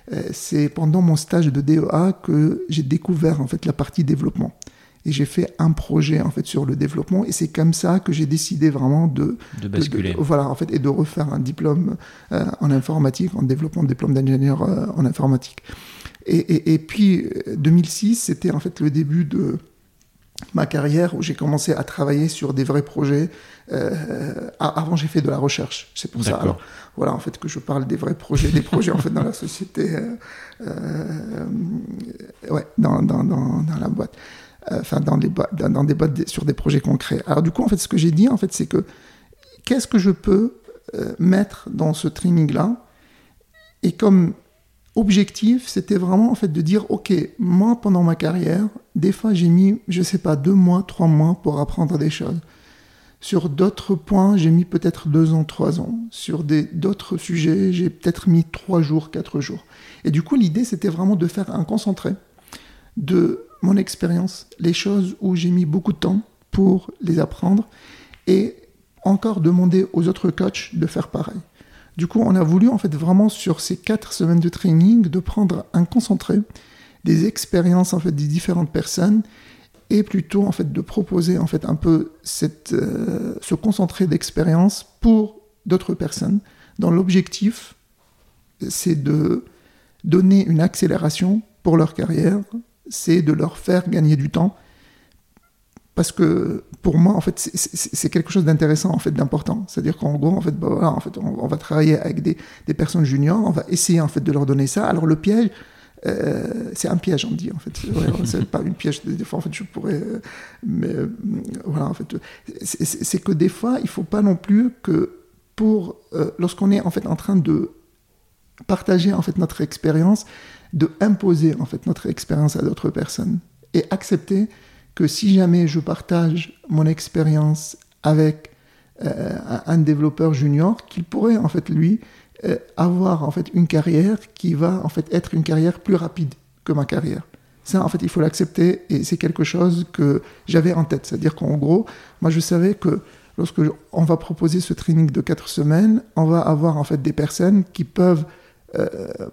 euh, c'est pendant mon stage de D E A que j'ai découvert en fait la partie développement. Et j'ai fait un projet en fait sur le développement, et c'est comme ça que j'ai décidé vraiment de de basculer. De, de, voilà en fait, et de refaire un diplôme euh, en informatique, en développement, diplôme d'ingénieur euh, en informatique. Et, et, et puis deux mille six, c'était en fait le début de ma carrière où j'ai commencé à travailler sur des vrais projets. Euh, avant, j'ai fait de la recherche. C'est pour D'accord. ça. Alors, voilà, en fait, que je parle des vrais projets, des projets en fait dans la société, euh, euh, ouais, dans, dans, dans, dans la boîte. Enfin, dans, les ba- dans, dans des boîtes sur des projets concrets. Alors, du coup, en fait, ce que j'ai dit, en fait, c'est que qu'est-ce que je peux euh, mettre dans ce training-là? Et comme objectif, c'était vraiment, en fait, de dire, OK, moi, pendant ma carrière, des fois, j'ai mis, je sais pas, deux mois, trois mois pour apprendre des choses. Sur d'autres points, j'ai mis peut-être deux ans, trois ans. Sur des, d'autres sujets, j'ai peut-être mis trois jours, quatre jours. Et du coup, l'idée, c'était vraiment de faire un concentré de mon expérience, les choses où j'ai mis beaucoup de temps pour les apprendre, et encore demander aux autres coachs de faire pareil. Du coup, on a voulu en fait vraiment sur ces quatre semaines de training de prendre un concentré des expériences en fait des différentes personnes, et plutôt en fait de proposer en fait un peu cette, euh, ce concentré d'expérience pour d'autres personnes, dont l'objectif c'est de donner une accélération pour leur carrière, c'est de leur faire gagner du temps, parce que pour moi en fait c'est, c'est, c'est quelque chose d'intéressant en fait, d'important. C'est-à-dire qu'en gros en fait, bah, voilà, en fait on, on va travailler avec des, des personnes juniors, on va essayer en fait de leur donner ça. Alors le piège, euh, c'est un piège on dit en fait, ouais, c'est pas une piège, des fois en fait je pourrais, euh, mais euh, voilà en fait c'est, c'est, c'est que des fois il faut pas non plus que pour euh, lorsqu'on est en fait en train de partager en fait notre expérience, de imposer en fait notre expérience à d'autres personnes, et accepter que si jamais je partage mon expérience avec euh, un développeur junior, qu'il pourrait en fait lui euh, avoir en fait une carrière qui va en fait être une carrière plus rapide que ma carrière. Ça en fait il faut l'accepter, et c'est quelque chose que j'avais en tête. C'est-à-dire qu'en gros, moi je savais que lorsque on va proposer ce training de quatre semaines, on va avoir en fait des personnes qui peuvent euh,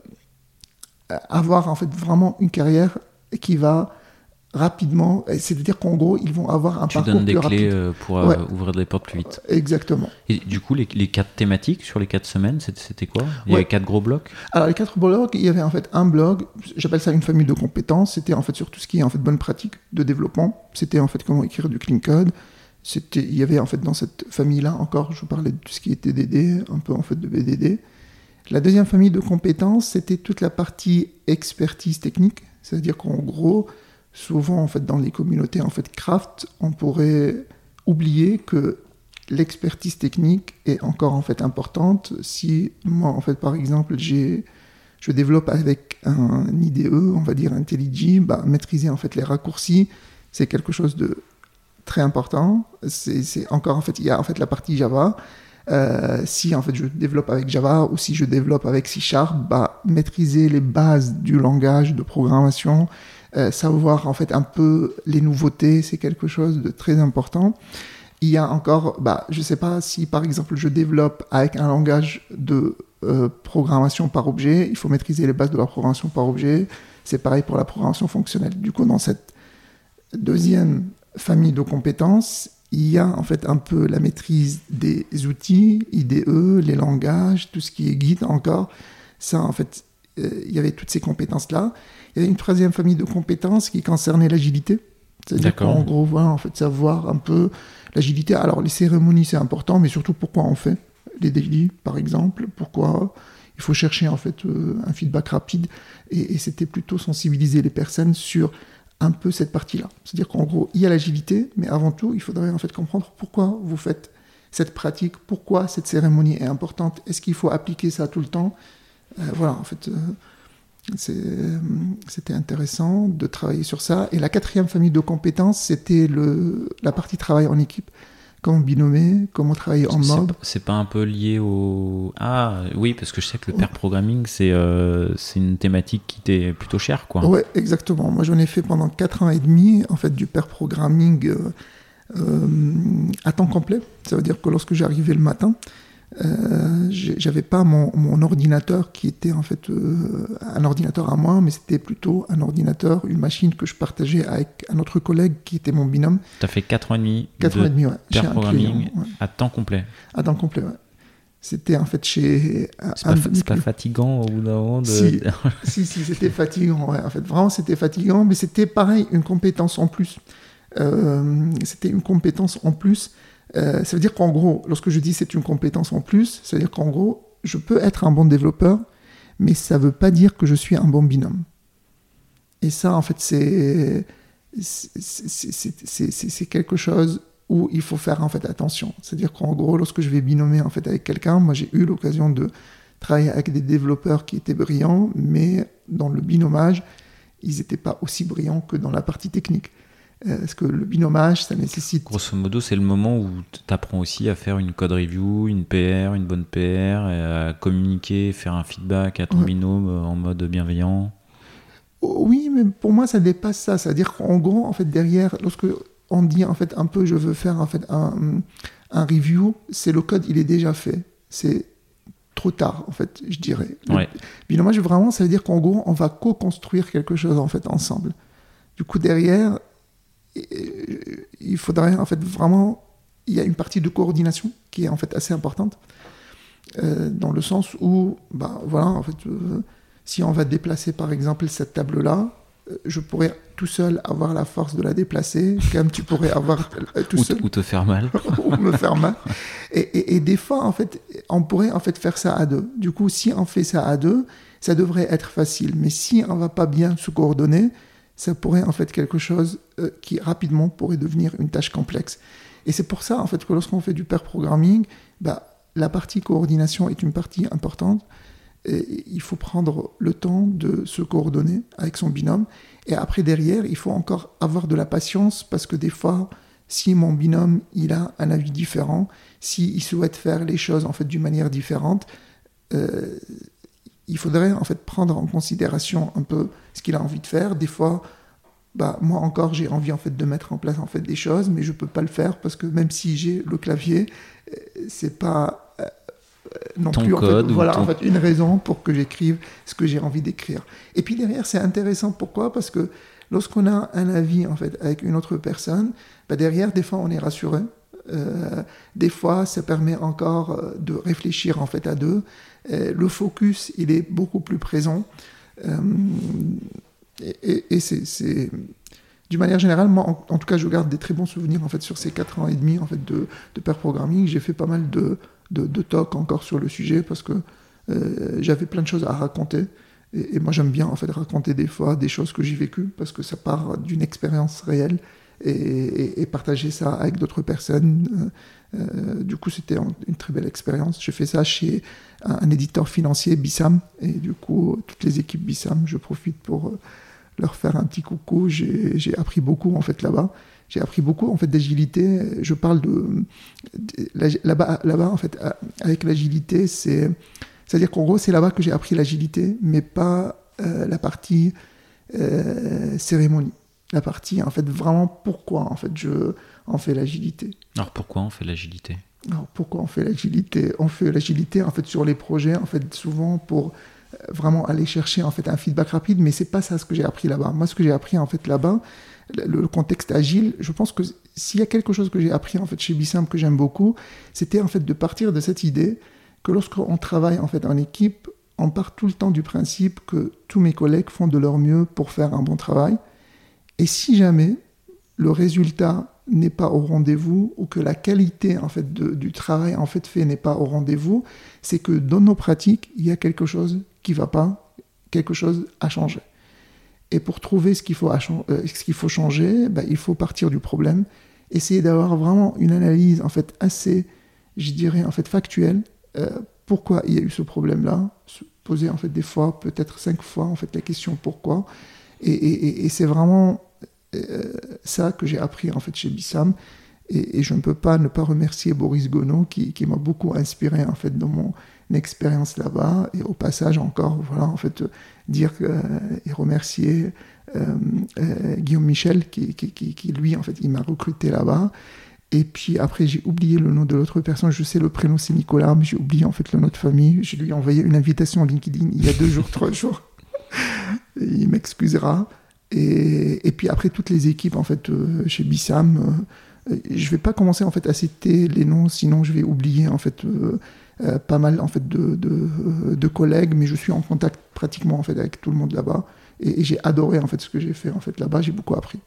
avoir en fait vraiment une carrière qui va rapidement, c'est-à-dire qu'en gros ils vont avoir un tu parcours donnes des plus clés rapide. pour euh, Ouais. ouvrir des portes plus vite. Exactement. Et du coup les, les quatre thématiques sur les quatre semaines, c'était, c'était quoi? Il y Ouais. avait quatre gros blocs? Alors les quatre blogs, il y avait en fait un blog, j'appelle ça une famille de compétences. C'était en fait sur tout ce qui est en fait bonne pratique de développement. C'était en fait comment écrire du clean code. C'était, il y avait en fait dans cette famille-là encore, je parlais de tout ce qui était D D, un peu en fait de B D D. La deuxième famille de compétences, c'était toute la partie expertise technique. C'est-à-dire qu'en gros, souvent en fait dans les communautés en fait craft, on pourrait oublier que l'expertise technique est encore en fait importante. Si moi en fait par exemple j'ai je développe avec un I D E, on va dire IntelliJ, bah, maîtriser en fait les raccourcis, c'est quelque chose de très important. C'est, c'est encore en fait il y a en fait la partie Java. Euh, si en fait je développe avec Java ou si je développe avec C Sharp, bah, maîtriser les bases du langage de programmation, euh, savoir en fait un peu les nouveautés, c'est quelque chose de très important. Il y a encore, bah, je sais pas si par exemple je développe avec un langage de euh, programmation par objet, il faut maîtriser les bases de la programmation par objet. C'est pareil pour la programmation fonctionnelle. Du coup, dans cette deuxième famille de compétences, il y a en fait un peu la maîtrise des outils, I D E, les langages, tout ce qui est guide encore. Ça, en fait, euh, il y avait toutes ces compétences-là. Il y avait une troisième famille de compétences qui concernait l'agilité. C'est-à-dire D'accord. qu'en gros, voilà, en fait, savoir un peu l'agilité. Alors, les cérémonies, c'est important, mais surtout pourquoi on fait les daily, par exemple. Pourquoi il faut chercher en fait euh, un feedback rapide. Et, et c'était plutôt sensibiliser les personnes sur un peu cette partie-là. C'est-à-dire qu'en gros, il y a l'agilité, mais avant tout, il faudrait en fait comprendre pourquoi vous faites cette pratique, pourquoi cette cérémonie est importante, est-ce qu'il faut appliquer ça tout le temps. Euh, voilà, en fait, euh, c'est, euh, c'était intéressant de travailler sur ça. Et la quatrième famille de compétences, c'était le, la partie travail en équipe. Comment binommer, comment travailler en c'est, mob. c'est pas un peu lié au... Ah oui, parce que je sais que le pair programming, c'est, euh, c'est une thématique qui t'est plutôt chère, quoi. Ouais, exactement. Moi, j'en ai fait pendant quatre ans et demi, en fait, du pair programming euh, euh, à temps complet. Ça veut dire que lorsque j'arrivais le matin, Euh, j'avais pas mon, mon ordinateur qui était en fait euh, un ordinateur à moi, mais c'était plutôt un ordinateur, une machine que je partageais avec un autre collègue qui était mon binôme. Tu as fait quatre ans et demi quatre de ans et demi, ouais, pair programming ouais. à temps complet. À temps complet, ouais. C'était en fait chez... C'est pas, fa- pas fatigant au bout d'un moment de... Si, si, si, c'était fatigant, ouais. En fait, vraiment, c'était fatigant, mais c'était pareil, une compétence en plus. Euh, c'était une compétence en plus. Euh, ça veut dire qu'en gros, lorsque je dis c'est une compétence en plus, ça veut dire qu'en gros, je peux être un bon développeur, mais ça ne veut pas dire que je suis un bon binôme. Et ça, en fait, c'est, c'est, c'est, c'est, c'est, c'est, c'est quelque chose où il faut faire en fait attention. C'est-à-dire qu'en gros, lorsque je vais binômer en fait avec quelqu'un, moi j'ai eu l'occasion de travailler avec des développeurs qui étaient brillants, mais dans le binômage, ils n'étaient pas aussi brillants que dans la partie technique. Parce que le binômage, ça nécessite... Grosso modo, c'est le moment où tu apprends aussi à faire une code review, une P R, une bonne P R, et à communiquer, faire un feedback à ton ouais. binôme en mode bienveillant. Oui, mais pour moi, ça dépasse ça. C'est-à-dire qu'en gros, en fait, derrière, lorsque on dit en fait un peu, je veux faire en fait un, un review, c'est le code, il est déjà fait. C'est trop tard, en fait, je dirais. Ouais. Le binômage, vraiment, ça veut dire qu'en gros, on va co-construire quelque chose en fait ensemble. Du coup, derrière, il faudrait en fait vraiment, il y a une partie de coordination qui est en fait assez importante, euh, dans le sens où, bah voilà, en fait, euh, si on va déplacer par exemple cette table-là, euh, je pourrais tout seul avoir la force de la déplacer, comme tu pourrais avoir euh, tout ou seul. T- ou te faire mal. ou me faire mal. Et, et, et des fois, en fait, on pourrait en fait faire ça à deux. Du coup, si on fait ça à deux, ça devrait être facile. Mais si on va pas bien se coordonner, ça pourrait en fait quelque chose euh, qui rapidement pourrait devenir une tâche complexe. Et c'est pour ça en fait que lorsqu'on fait du pair programming, bah, la partie coordination est une partie importante. Et il faut prendre le temps de se coordonner avec son binôme. Et après derrière, il faut encore avoir de la patience parce que des fois, si mon binôme il a un avis différent, s'il souhaite faire les choses en fait d'une manière différente, euh, il faudrait en fait prendre en considération un peu ce qu'il a envie de faire. Des fois, bah, moi encore, j'ai envie en fait de mettre en place en fait des choses, mais je peux pas le faire parce que même si j'ai le clavier, c'est pas euh, non ton plus en code fait, voilà ton... en fait une raison pour que j'écrive ce que j'ai envie d'écrire. Et puis derrière, c'est intéressant. Pourquoi ? Parce que lorsqu'on a un avis en fait avec une autre personne, bah, derrière, des fois, on est rassuré. Euh, des fois, ça permet encore de réfléchir en fait à deux. Euh, le focus, il est beaucoup plus présent. Euh, et, et, et c'est, c'est... D'une manière générale, moi, en, en tout cas, je garde des très bons souvenirs en fait, sur ces quatre ans et demi en fait, de, de pair programming. J'ai fait pas mal de, de, de talks encore sur le sujet parce que euh, j'avais plein de choses à raconter. Et, et moi, j'aime bien en fait, raconter des fois des choses que j'ai vécues parce que ça part d'une expérience réelle. Et, et, et partager ça avec d'autres personnes. Euh, du coup, c'était une très belle expérience. J'ai fait ça chez un, un éditeur financier, Bissam, et du coup, toutes les équipes Bissam, je profite pour leur faire un petit coucou. J'ai, j'ai appris beaucoup en fait là-bas. J'ai appris beaucoup en fait d'agilité. Je parle de, de là-bas, là-bas en fait, avec l'agilité, c'est, c'est-à-dire qu'en gros, c'est là-bas que j'ai appris l'agilité, mais pas euh, la partie euh, cérémonie. La partie, en fait, vraiment, pourquoi, en fait, je, on fait l'agilité. Alors, pourquoi on fait l'agilité ? Alors, pourquoi on fait l'agilité ? On fait l'agilité, en fait, sur les projets, en fait, souvent pour vraiment aller chercher, en fait, un feedback rapide, mais c'est pas ça ce que j'ai appris là-bas. Moi, ce que j'ai appris, en fait, là-bas, le, le contexte agile, je pense que s'il y a quelque chose que j'ai appris, en fait, chez Bissam, que j'aime beaucoup, c'était, en fait, de partir de cette idée que lorsqu'on travaille, en fait, en équipe, on part tout le temps du principe que tous mes collègues font de leur mieux pour faire un bon travail. Et si jamais le résultat n'est pas au rendez-vous ou que la qualité en fait, de, du travail en fait, fait n'est pas au rendez-vous, c'est que dans nos pratiques, il y a quelque chose qui ne va pas, quelque chose à changer. Et pour trouver ce qu'il faut, à, euh, ce qu'il faut changer, ben, il faut partir du problème, essayer d'avoir vraiment une analyse en fait, assez, je dirais, en fait, factuelle. Euh, pourquoi il y a eu ce problème-là ? Se poser en fait, des fois, peut-être cinq fois en fait, la question pourquoi. Et, et, et c'est vraiment euh, ça que j'ai appris en fait chez Bissam. Et, et je ne peux pas ne pas remercier Boris Gonod qui, qui m'a beaucoup inspiré en fait dans mon expérience là-bas. Et au passage encore, voilà, en fait, dire euh, et remercier euh, euh, Guillaume Michel qui, qui, qui, qui lui en fait, il m'a recruté là-bas. Et puis après, j'ai oublié le nom de l'autre personne. Je sais le prénom, c'est Nicolas, mais j'ai oublié en fait le nom de famille. Je lui ai envoyé une invitation LinkedIn il y a deux jours, trois jours. Et il m'excusera. Et, et puis après, toutes les équipes en fait euh, chez Bissam, euh, je vais pas commencer en fait à citer les noms, sinon je vais oublier en fait euh, euh, pas mal en fait de, de, de collègues, mais je suis en contact pratiquement en fait avec tout le monde là-bas. Et, et j'ai adoré en fait ce que j'ai fait en fait là-bas. J'ai beaucoup appris.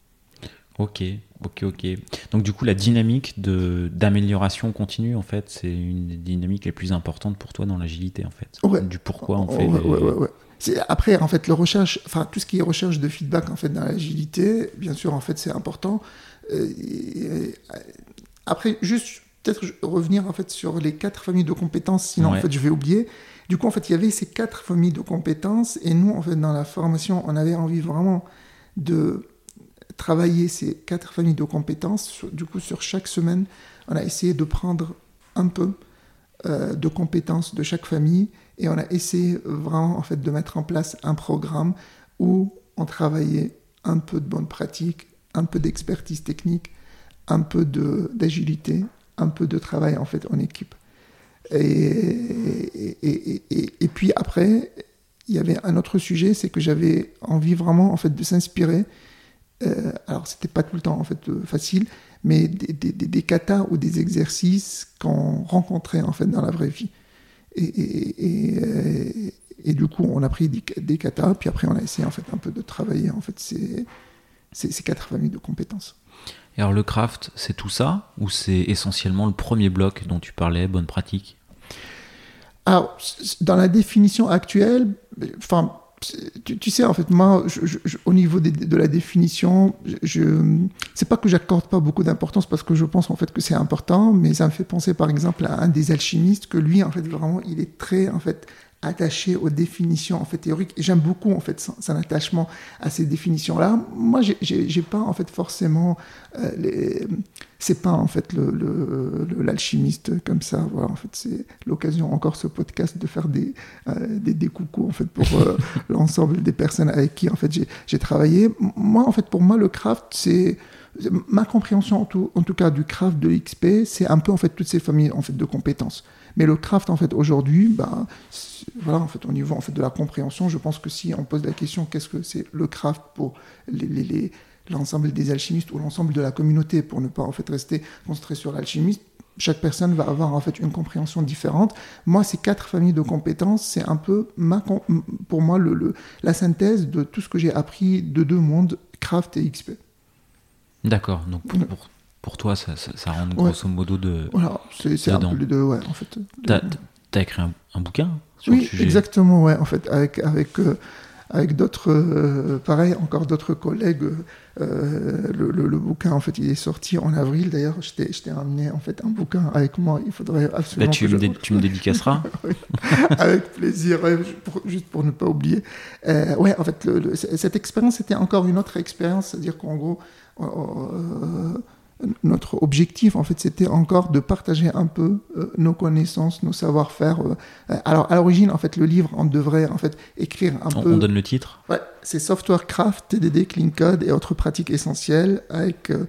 Ok, ok, ok. Donc du coup, la dynamique de, d'amélioration continue, en fait, c'est une des dynamiques les plus importantes pour toi dans l'agilité, en fait. Ouais. Du pourquoi on fait. Ouais, les... ouais, ouais, ouais. C'est, après, en fait, le recherche, enfin tout ce qui est recherche de feedback en fait dans l'agilité, bien sûr, en fait, c'est important. Euh, et, après, juste peut-être revenir en fait sur les quatre familles de compétences, sinon ouais. en fait je vais oublier. Du coup, en fait, il y avait ces quatre familles de compétences, et nous, en fait, dans la formation, on avait envie vraiment de travailler ces quatre familles de compétences. Du coup, sur chaque semaine, on a essayé de prendre un peu euh, de compétences de chaque famille, et on a essayé vraiment en fait de mettre en place un programme où on travaillait un peu de bonne pratique, un peu d'expertise technique, un peu de, d'agilité, un peu de travail en fait en équipe. Et, et, et, et, et puis après, il y avait un autre sujet, c'est que j'avais envie vraiment en fait de s'inspirer. Euh, alors, c'était pas tout le temps en fait euh, facile, mais des, des, des, des katas ou des exercices qu'on rencontrait en fait dans la vraie vie. Et, et, et, et, et du coup, on a pris des, des katas, puis après, on a essayé en fait un peu de travailler en fait ces, ces, ces quatre familles de compétences. Et alors, le craft, c'est tout ça, ou c'est essentiellement le premier bloc dont tu parlais, bonne pratique? Alors, dans la définition actuelle, enfin. Tu, tu sais, en fait, moi, je, je, au niveau de, de la définition, je, je, c'est pas que j'accorde pas beaucoup d'importance parce que je pense en fait que c'est important, mais ça me fait penser par exemple à un des alchimistes que lui, en fait, vraiment, il est très, en fait, attaché aux définitions en fait théoriques. Et j'aime beaucoup en fait son, son attachement à ces définitions-là. Moi, j'ai, j'ai, j'ai pas en fait forcément euh, les... c'est pas en fait le, le, le, l'alchimiste comme ça. Voilà, en fait, c'est l'occasion encore ce podcast de faire des euh, des, des coucous en fait pour euh, l'ensemble des personnes avec qui en fait j'ai, j'ai travaillé. Moi, en fait, pour moi, le craft, c'est ma compréhension en tout, en tout cas du craft de l'X P, c'est un peu en fait toutes ces familles en fait de compétences. Mais le craft en fait aujourd'hui, bah, voilà, en fait au niveau en fait de la compréhension, je pense que si on pose la question qu'est-ce que c'est le craft pour les, les, les, l'ensemble des alchimistes ou l'ensemble de la communauté, pour ne pas en fait rester concentré sur l'alchimiste, chaque personne va avoir en fait une compréhension différente. Moi, ces quatre familles de compétences, c'est un peu ma, pour moi le, le, la synthèse de tout ce que j'ai appris de deux mondes, craft et X P. D'accord, donc pour, pour, pour toi, ça, ça, ça rentre grosso ouais. modo de. Voilà, c'est, c'est un peu les deux, ouais, en fait. T'as, t'as écrit un, un bouquin sur oui, le sujet. Exactement, ouais, en fait, avec, avec, euh, avec d'autres, euh, pareil, encore d'autres collègues. Euh, le, le, le bouquin, en fait, il est sorti en avril. D'ailleurs, je t'ai, je t'ai amené en fait un bouquin avec moi. Il faudrait absolument. Bah, tu, que me je... dé- tu me dédicaceras. Oui, avec plaisir, ouais, pour, juste pour ne pas oublier. Euh, ouais, en fait, le, le, cette expérience était encore une autre expérience, c'est-à-dire qu'en gros. Euh, notre objectif en fait c'était encore de partager un peu euh, nos connaissances, nos savoir-faire. Euh, alors à l'origine en fait le livre on devrait en fait écrire un on, peu. On donne le titre. Ouais, c'est Software Craft, T D D, Clean Code et autres pratiques essentielles avec euh,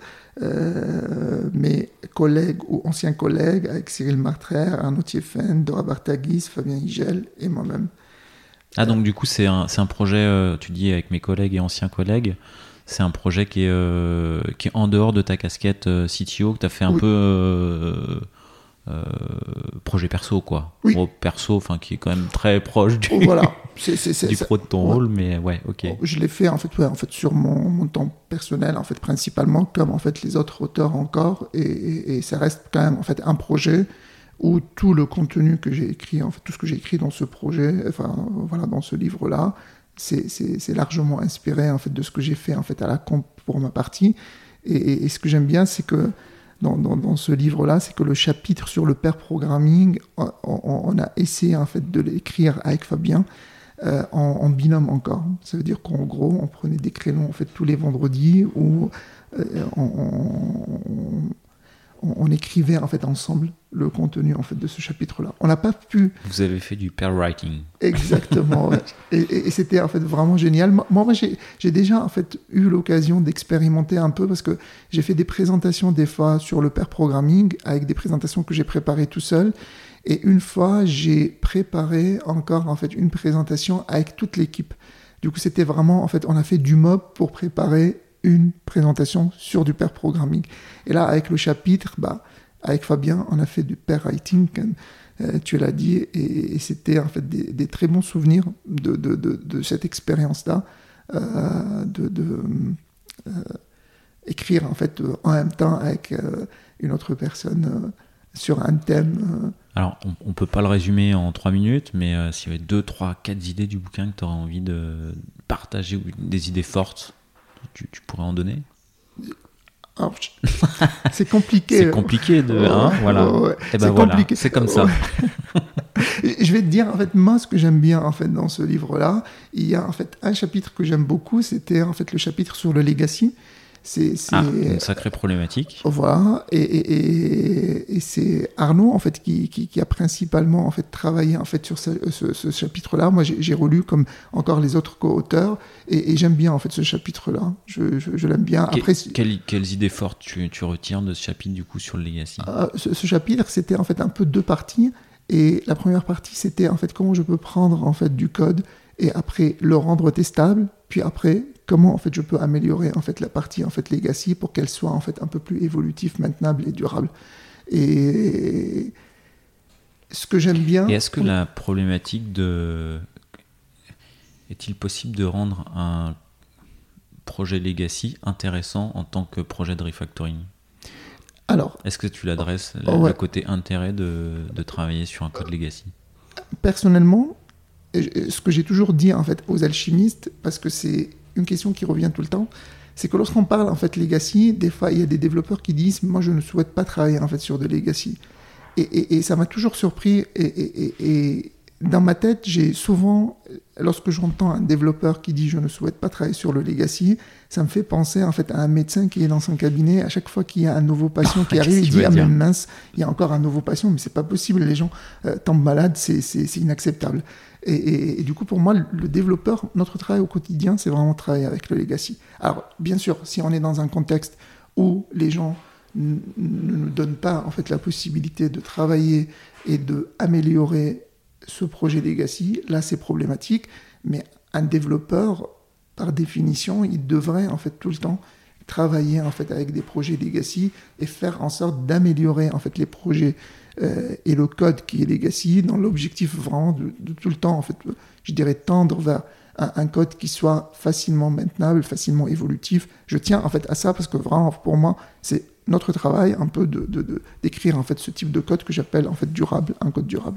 euh, mes collègues ou anciens collègues, avec Cyril Martraire, Arnaud Thieffen, Dora Bartagis, Fabien Higel et moi-même. Ah donc du coup c'est un c'est un projet euh, tu dis avec mes collègues et anciens collègues. C'est un projet qui est, euh, qui est en dehors de ta casquette euh, C T O, que tu as fait un oui. peu euh, euh, projet perso, quoi. Oui. Pro perso, enfin, qui est quand même très proche du, oh, voilà. c'est, c'est, c'est, du pro de ton ouais. rôle, mais ouais, ok. Je l'ai fait en fait, ouais, en fait sur mon, mon temps personnel, en fait, principalement, comme en fait les autres auteurs encore, et, et, et ça reste quand même en fait un projet où tout le contenu que j'ai écrit, en fait, tout ce que j'ai écrit dans ce projet, enfin, voilà, dans ce livre-là, C'est, c'est, c'est largement inspiré en fait, de ce que j'ai fait en fait, à la comp pour ma partie. Et, et, et ce que j'aime bien, c'est que dans, dans, dans ce livre-là, c'est que le chapitre sur le pair programming, on, on, on a essayé en fait, de l'écrire avec Fabien euh, en, en binôme encore. Ça veut dire qu'en gros, on prenait des créneaux en fait, tous les vendredis où euh, on, on, on, on écrivait en fait ensemble le contenu en fait de ce chapitre-là. On n'a pas pu. Vous avez fait du pair writing. Exactement. Ouais. et, et, et c'était en fait vraiment génial. Moi, moi j'ai, j'ai déjà en fait eu l'occasion d'expérimenter un peu parce que j'ai fait des présentations des fois sur le pair programming avec des présentations que j'ai préparées tout seul. Et une fois, j'ai préparé encore en fait une présentation avec toute l'équipe. Du coup, c'était vraiment en fait, on a fait du mob pour préparer une présentation sur du pair programming. Et là, avec le chapitre, bah, avec Fabien, on a fait du pair writing, euh, tu l'as dit, et, et c'était en fait des, des très bons souvenirs de, de, de, de cette expérience-là, euh, de, de euh, écrire en fait en même temps avec euh, une autre personne euh, sur un thème. Euh. Alors, on ne peut pas le résumer en trois minutes, mais euh, s'il y avait deux, trois, quatre idées du bouquin que tu aurais envie de partager, ou des idées fortes, tu, tu pourrais en donner? Alors, c'est compliqué. C'est compliqué de, ouais, hein, voilà. Ouais, ouais. Et ben voilà, compliqué. C'est comme ça. Ouais. Je vais te dire, en fait, moi, ce que j'aime bien, en fait, dans ce livre-là, il y a, en fait, un chapitre que j'aime beaucoup, c'était, en fait, le chapitre sur le legacy. C'est, c'est... Ah, une sacrée problématique. Voilà, et, et, et, et c'est Arnaud en fait qui, qui, qui a principalement en fait travaillé en fait sur ce, ce, ce chapitre-là. Moi, j'ai, j'ai relu comme encore les autres co-auteurs, et, et j'aime bien en fait ce chapitre-là. Je, je, je l'aime bien. Que, Après, quelles, quelles idées fortes tu, tu retires de ce chapitre du coup sur le legacy? euh, ce, ce chapitre, c'était en fait un peu deux parties, et la première partie, c'était en fait comment je peux prendre en fait du code et après le rendre testable, puis après comment en fait je peux améliorer en fait la partie en fait legacy pour qu'elle soit en fait un peu plus évolutive, maintenable et durable. Et ce que j'aime bien. Et est-ce que la problématique de est-il possible de rendre un projet legacy intéressant en tant que projet de refactoring? Alors, est-ce que tu l'adresses oh, ouais. le côté intérêt de, de travailler sur un code legacy? Personnellement, ce que j'ai toujours dit en fait aux alchimistes, parce que c'est une question qui revient tout le temps, c'est que lorsqu'on parle en fait legacy, des fois il y a des développeurs qui disent moi je ne souhaite pas travailler en fait sur de legacy, et, et, et ça m'a toujours surpris, et, et, et, et dans ma tête j'ai souvent, lorsque j'entends un développeur qui dit je ne souhaite pas travailler sur le legacy, ça me fait penser en fait à un médecin qui est dans son cabinet, à chaque fois qu'il y a un nouveau patient qui arrive, il dit ah mais mince, il y a encore un nouveau patient, mais c'est pas possible, les gens euh, tombent malades, c'est, c'est, c'est inacceptable. Et, et, et du coup, pour moi, le développeur, notre travail au quotidien, c'est vraiment travailler avec le legacy. Alors, bien sûr, si on est dans un contexte où les gens n- ne nous donnent pas en fait la possibilité de travailler et d'améliorer ce projet legacy, là, c'est problématique. Mais un développeur, par définition, il devrait en fait tout le temps travailler en fait avec des projets legacy et faire en sorte d'améliorer en fait les projets euh, et le code qui est legacy dans l'objectif vraiment de, de tout le temps en fait, je dirais tendre vers un, un code qui soit facilement maintenable, facilement évolutif. Je tiens en fait à ça parce que vraiment pour moi c'est notre travail un peu de, de, de d'écrire en fait ce type de code que j'appelle en fait durable, un code durable.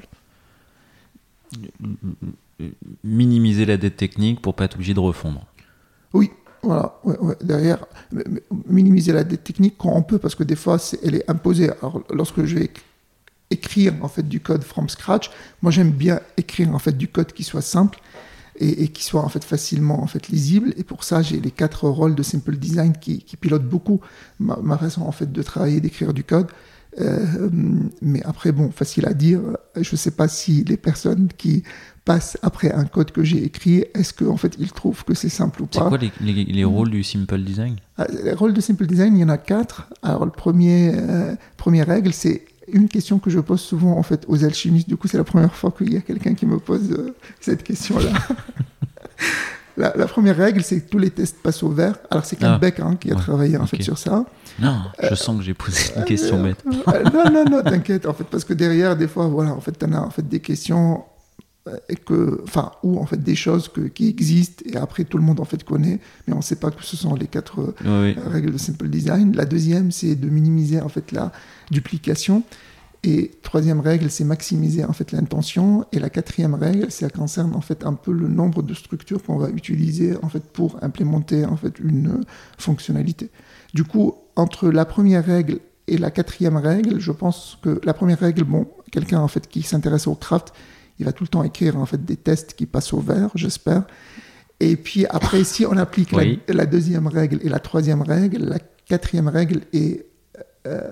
Minimiser la dette technique pour pas être obligé de refondre. Oui. Voilà, ouais, ouais. Derrière, minimiser la dette technique quand on peut, parce que des fois, c'est, elle est imposée. Alors, lorsque je vais écrire en fait du code from scratch, moi j'aime bien écrire en fait du code qui soit simple et, et qui soit en fait facilement en fait lisible. Et pour ça, j'ai les quatre rôles de Simple Design qui, qui pilotent beaucoup ma, ma façon en fait de travailler, d'écrire du code. Euh, mais après, bon, facile à dire. Je ne sais pas si les personnes qui passent après un code que j'ai écrit, est-ce qu'en en fait, ils trouvent que c'est simple ou pas. C'est quoi les, les, les rôles du Simple Design? Les rôles de Simple Design, il y en a quatre. Alors, le premier, euh, première règle, c'est une question que je pose souvent en fait aux alchimistes. Du coup, c'est la première fois qu'il y a quelqu'un qui me pose euh, cette question-là. La, la première règle, c'est que tous les tests passent au vert. Alors, c'est Ken ah, Beck hein, qui a ouais, travaillé en okay. fait sur ça. Non, je euh, sens que j'ai posé une question euh, bête. Euh, non, non, non, t'inquiète. En fait, parce que derrière, des fois, voilà, en fait, t'en as en fait des questions et que, enfin, ou en fait des choses que, qui existent et après tout le monde en fait connaît, mais on ne sait pas que ce sont les quatre oui, euh, oui. règles de Simple Design. La deuxième, c'est de minimiser en fait la duplication. Et troisième règle, c'est maximiser en fait l'intention. Et la quatrième règle, ça concerne en fait un peu le nombre de structures qu'on va utiliser en fait pour implémenter en fait une euh, fonctionnalité. Du coup, entre la première règle et la quatrième règle, je pense que la première règle, bon, quelqu'un en fait qui s'intéresse au craft, il va tout le temps écrire en fait des tests qui passent au vert, j'espère. Et puis après, si on applique oui. la, la deuxième règle et la troisième règle, la quatrième règle est euh,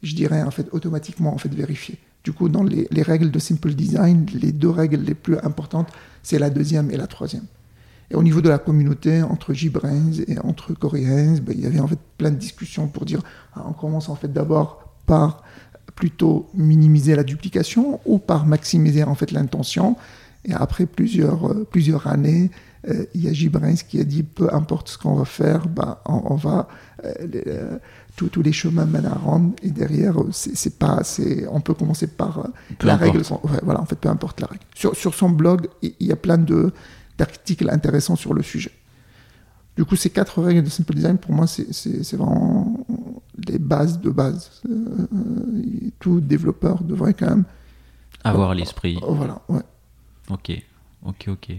je dirais, en fait, automatiquement, en fait, vérifiées. Du coup, dans les, les règles de Simple Design, les deux règles les plus importantes, c'est la deuxième et la troisième. Et au niveau de la communauté, entre JetBrains et entre CoreHands, ben, il y avait en fait plein de discussions pour dire, ah, on commence en fait d'abord par plutôt minimiser la duplication ou par maximiser en fait l'intention. Et après plusieurs, euh, plusieurs années, euh, il y a JetBrains qui a dit, peu importe ce qu'on va faire, ben, on, on va... Euh, les, euh, Tous, tous les chemins mènent à Rome, et derrière, c'est, c'est pas, c'est, on peut commencer par euh, la importe. règle. Sans, ouais, voilà, en fait, peu importe la règle. Sur, sur son blog, il y a plein de, d'articles intéressants sur le sujet. Du coup, ces quatre règles de Simple Design, pour moi, c'est, c'est, c'est vraiment les bases de base. Euh, tout développeur devrait quand même avoir euh, l'esprit. Euh, voilà, ouais. Ok, ok, ok.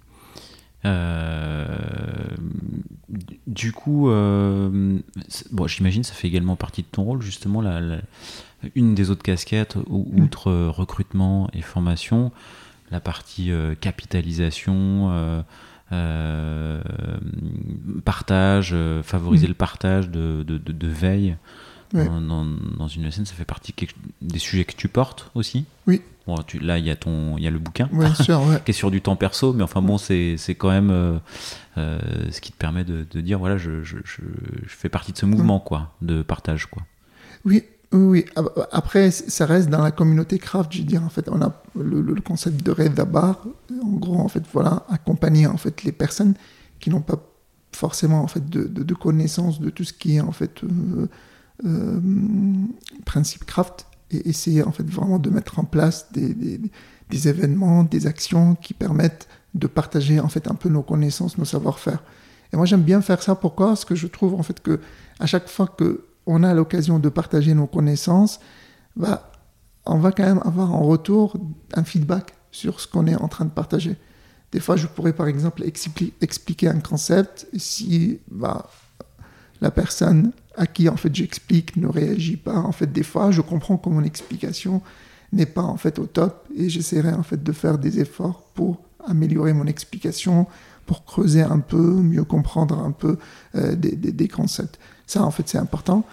Euh, du coup, euh, bon, j'imagine ça fait également partie de ton rôle, justement, la, la, une des autres casquettes, outre euh, recrutement et formation, la partie euh, capitalisation, euh, euh, partage, euh, favoriser mmh. le partage de, de, de, de veille ouais. dans, dans, dans une E S N, ça fait partie des sujets que tu portes aussi. Oui. Bon, tu, là, il y a ton, il y a le bouquin ouais, sûr, ouais. qui est sur du temps perso, mais enfin bon, c'est, c'est quand même euh, euh, ce qui te permet de, de dire, voilà, je, je, je, je fais partie de ce mouvement, quoi, de partage, quoi. Oui, oui, oui. Après, ça reste dans la communauté craft, je veux dire, en fait, on a le, le concept de Raid Bar, en gros, en fait, voilà, accompagner en fait les personnes qui n'ont pas forcément en fait de, de, de connaissances de tout ce qui est en fait euh, euh, principe craft. Et essayer en fait vraiment de mettre en place des, des, des événements, des actions qui permettent de partager en fait un peu nos connaissances, nos savoir-faire. Et moi j'aime bien faire ça. Pourquoi ? Parce que je trouve en fait que à chaque fois que on a l'occasion de partager nos connaissances, bah on va quand même avoir en retour un feedback sur ce qu'on est en train de partager. Des fois je pourrais par exemple expli- expliquer un concept et si bah la personne à qui en fait j'explique ne réagit pas, en fait des fois je comprends que mon explication n'est pas en fait au top et j'essaierai en fait de faire des efforts pour améliorer mon explication, pour creuser un peu, mieux comprendre un peu euh, des, des, des concepts. Ça en fait c'est important.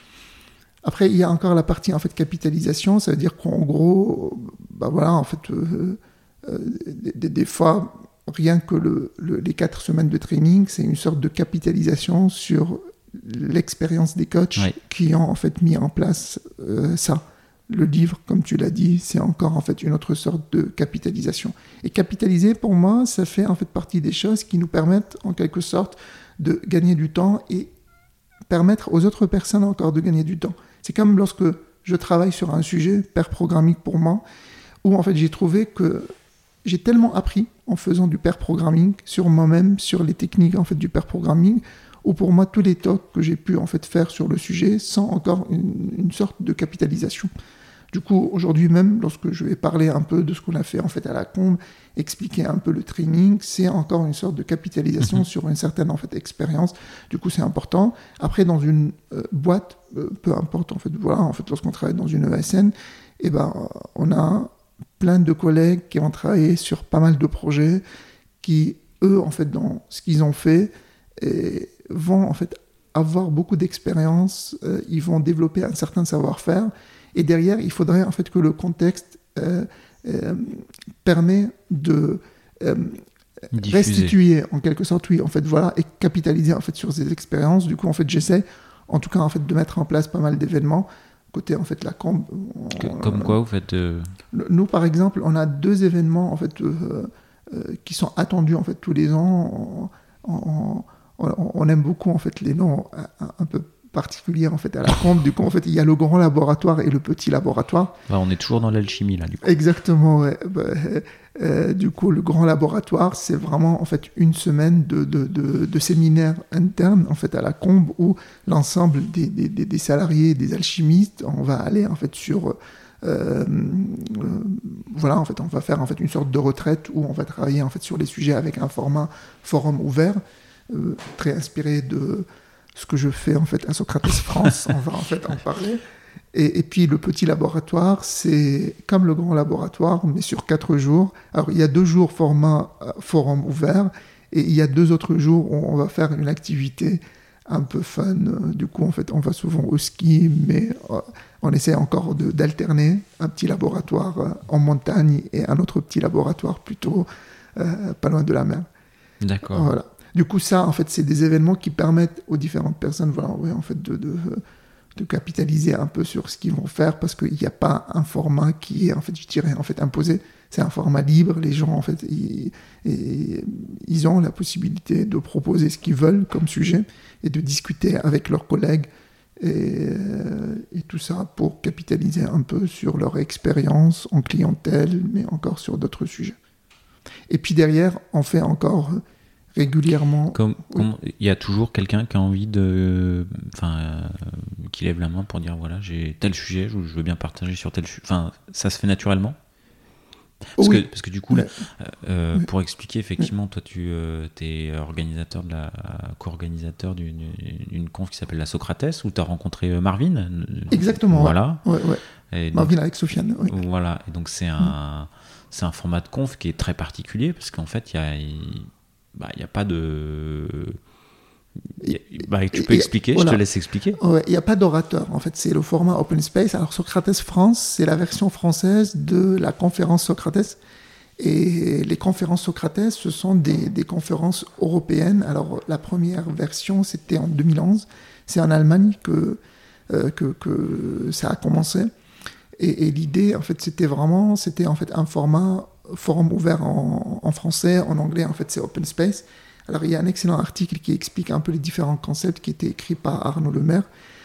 Après il y a encore la partie en fait capitalisation, ça veut dire qu'en gros, bah voilà en fait euh, euh, des, des fois rien que le, le, les quatre semaines de training, c'est une sorte de capitalisation sur l'expérience des coachs ouais. qui ont en fait mis en place euh, ça. Le livre, comme tu l'as dit, c'est encore en fait une autre sorte de capitalisation. Et capitaliser, pour moi, ça fait en fait partie des choses qui nous permettent en quelque sorte de gagner du temps et permettre aux autres personnes encore de gagner du temps. C'est comme lorsque je travaille sur un sujet pair programming pour moi, où en fait j'ai trouvé que j'ai tellement appris en faisant du pair programming sur moi-même, sur les techniques en fait du pair programming, ou pour moi tous les talks que j'ai pu en fait faire sur le sujet sans encore une, une sorte de capitalisation. Du coup, aujourd'hui même, lorsque je vais parler un peu de ce qu'on a fait en fait à la Combe, expliquer un peu le training, c'est encore une sorte de capitalisation mmh. sur une certaine en fait expérience. Du coup, c'est important. Après, dans une euh, boîte, euh, peu importe en fait, voilà, en fait, lorsqu'on travaille dans une E S N, eh ben, on a plein de collègues qui ont travaillé sur pas mal de projets, qui eux, en fait, dans ce qu'ils ont fait, et vont en fait avoir beaucoup d'expérience, euh, ils vont développer un certain savoir-faire, et derrière, il faudrait en fait que le contexte euh, euh, permet de euh, restituer en quelque sorte, oui, en fait, voilà, et capitaliser en fait sur ces expériences. Du coup, en fait, j'essaie, en tout cas, en fait, de mettre en place pas mal d'événements. Côté en fait la Combe. On, Comme quoi, vous faites euh... Nous, par exemple, on a deux événements en fait euh, euh, qui sont attendus en fait tous les ans. On, on, on, on aime beaucoup en fait les noms un, un peu particuliers en fait à la Combe. Du coup, en fait, il y a le grand laboratoire et le petit laboratoire. Ouais, on est toujours dans l'alchimie là. Du coup. Exactement. Ouais. Bah, euh, du coup, le grand laboratoire, c'est vraiment en fait une semaine de, de, de, de séminaires internes en fait à la Combe où l'ensemble des, des, des salariés, des alchimistes, on va aller en fait sur euh, euh, voilà en fait on va faire en fait une sorte de retraite où on va travailler en fait sur les sujets avec un format forum ouvert euh, très inspiré de ce que je fais en fait à Socrates France. On va en fait en parler. Et, et puis le petit laboratoire, c'est comme le grand laboratoire, mais sur quatre jours. Alors il y a deux jours format euh, forum ouvert, et il y a deux autres jours où on va faire une activité un peu fun. Du coup, en fait, on va souvent au ski, mais euh, on essaie encore de, d'alterner un petit laboratoire euh, en montagne et un autre petit laboratoire plutôt euh, pas loin de la mer. D'accord. Voilà. Du coup, ça, en fait, c'est des événements qui permettent aux différentes personnes, voilà, ouais, en fait, de, de, de capitaliser un peu sur ce qu'ils vont faire, parce qu'il n'y a pas un format qui est, en fait, je dirais, en fait, imposé. C'est un format libre. Les gens, en fait, ils, ils ont la possibilité de proposer ce qu'ils veulent comme sujet et de discuter avec leurs collègues et, et tout ça pour capitaliser un peu sur leur expérience en clientèle, mais encore sur d'autres sujets. Et puis derrière, on fait encore régulièrement... Comme, oui. comme, il y a toujours quelqu'un qui a envie de... Enfin, euh, qui lève la main pour dire, voilà, j'ai tel sujet, je, je veux bien partager sur tel sujet. Enfin, ça se fait naturellement. Parce, oui. que, parce que du coup, là, euh, oui. pour expliquer, effectivement, toi, tu euh, es organisateur de la, co-organisateur d'une, d'une conf qui s'appelle la Socrates, où tu as rencontré Marvin. Exactement. Voilà. Ouais, ouais. Et donc, Marvin avec Sofiane. Oui. Voilà. Et donc, c'est un, mmh. c'est un format de conf qui est très particulier, parce qu'en fait, il y a, il, bah, y a pas de... Y a, bah, tu peux et, expliquer, voilà. Je te laisse expliquer. Il ouais, n'y a pas d'orateur, en fait, c'est le format Open Space. Alors Socrates France, c'est la version française de la conférence Socrates. Et les conférences Socrates, ce sont des, des conférences européennes. Alors la première version, c'était en deux mille onze. C'est en Allemagne que, euh, que, que ça a commencé. Et, et l'idée, en fait, c'était vraiment, c'était en fait un format forum ouvert en, en français, en anglais, en fait, c'est Open Space. Alors, il y a un excellent article qui explique un peu les différents concepts qui était écrit par Arnaud Lemaire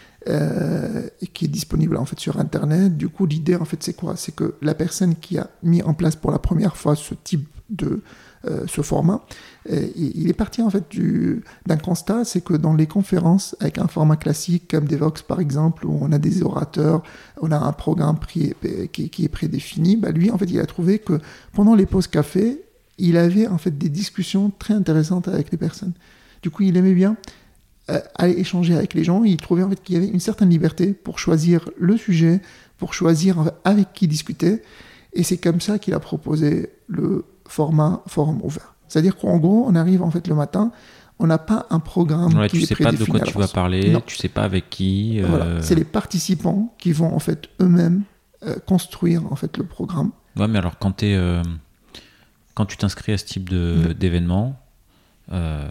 euh, et qui est disponible en fait sur Internet. Du coup, l'idée, en fait, c'est quoi ? C'est que la personne qui a mis en place pour la première fois ce type de euh, ce format, euh, il est parti en fait du, d'un constat, c'est que dans les conférences avec un format classique comme Devox par exemple, où on a des orateurs, on a un programme pré, qui, qui est prédéfini, bah lui, en fait, il a trouvé que pendant les pauses café, il avait en fait des discussions très intéressantes avec les personnes. Du coup, il aimait bien euh, aller échanger avec les gens. Il trouvait en fait qu'il y avait une certaine liberté pour choisir le sujet, pour choisir en fait, avec qui discuter. Et c'est comme ça qu'il a proposé le format forum ouvert. C'est-à-dire qu'en gros, on arrive en fait le matin, on n'a pas un programme ouais, qui tu est sais pas de quoi tu vas parler, non. Tu sais pas avec qui. Euh... Voilà. C'est les participants qui vont en fait eux-mêmes euh, construire en fait le programme. Ouais, mais alors quand t'es euh... Quand tu t'inscris à ce type de, mmh. d'événement, euh,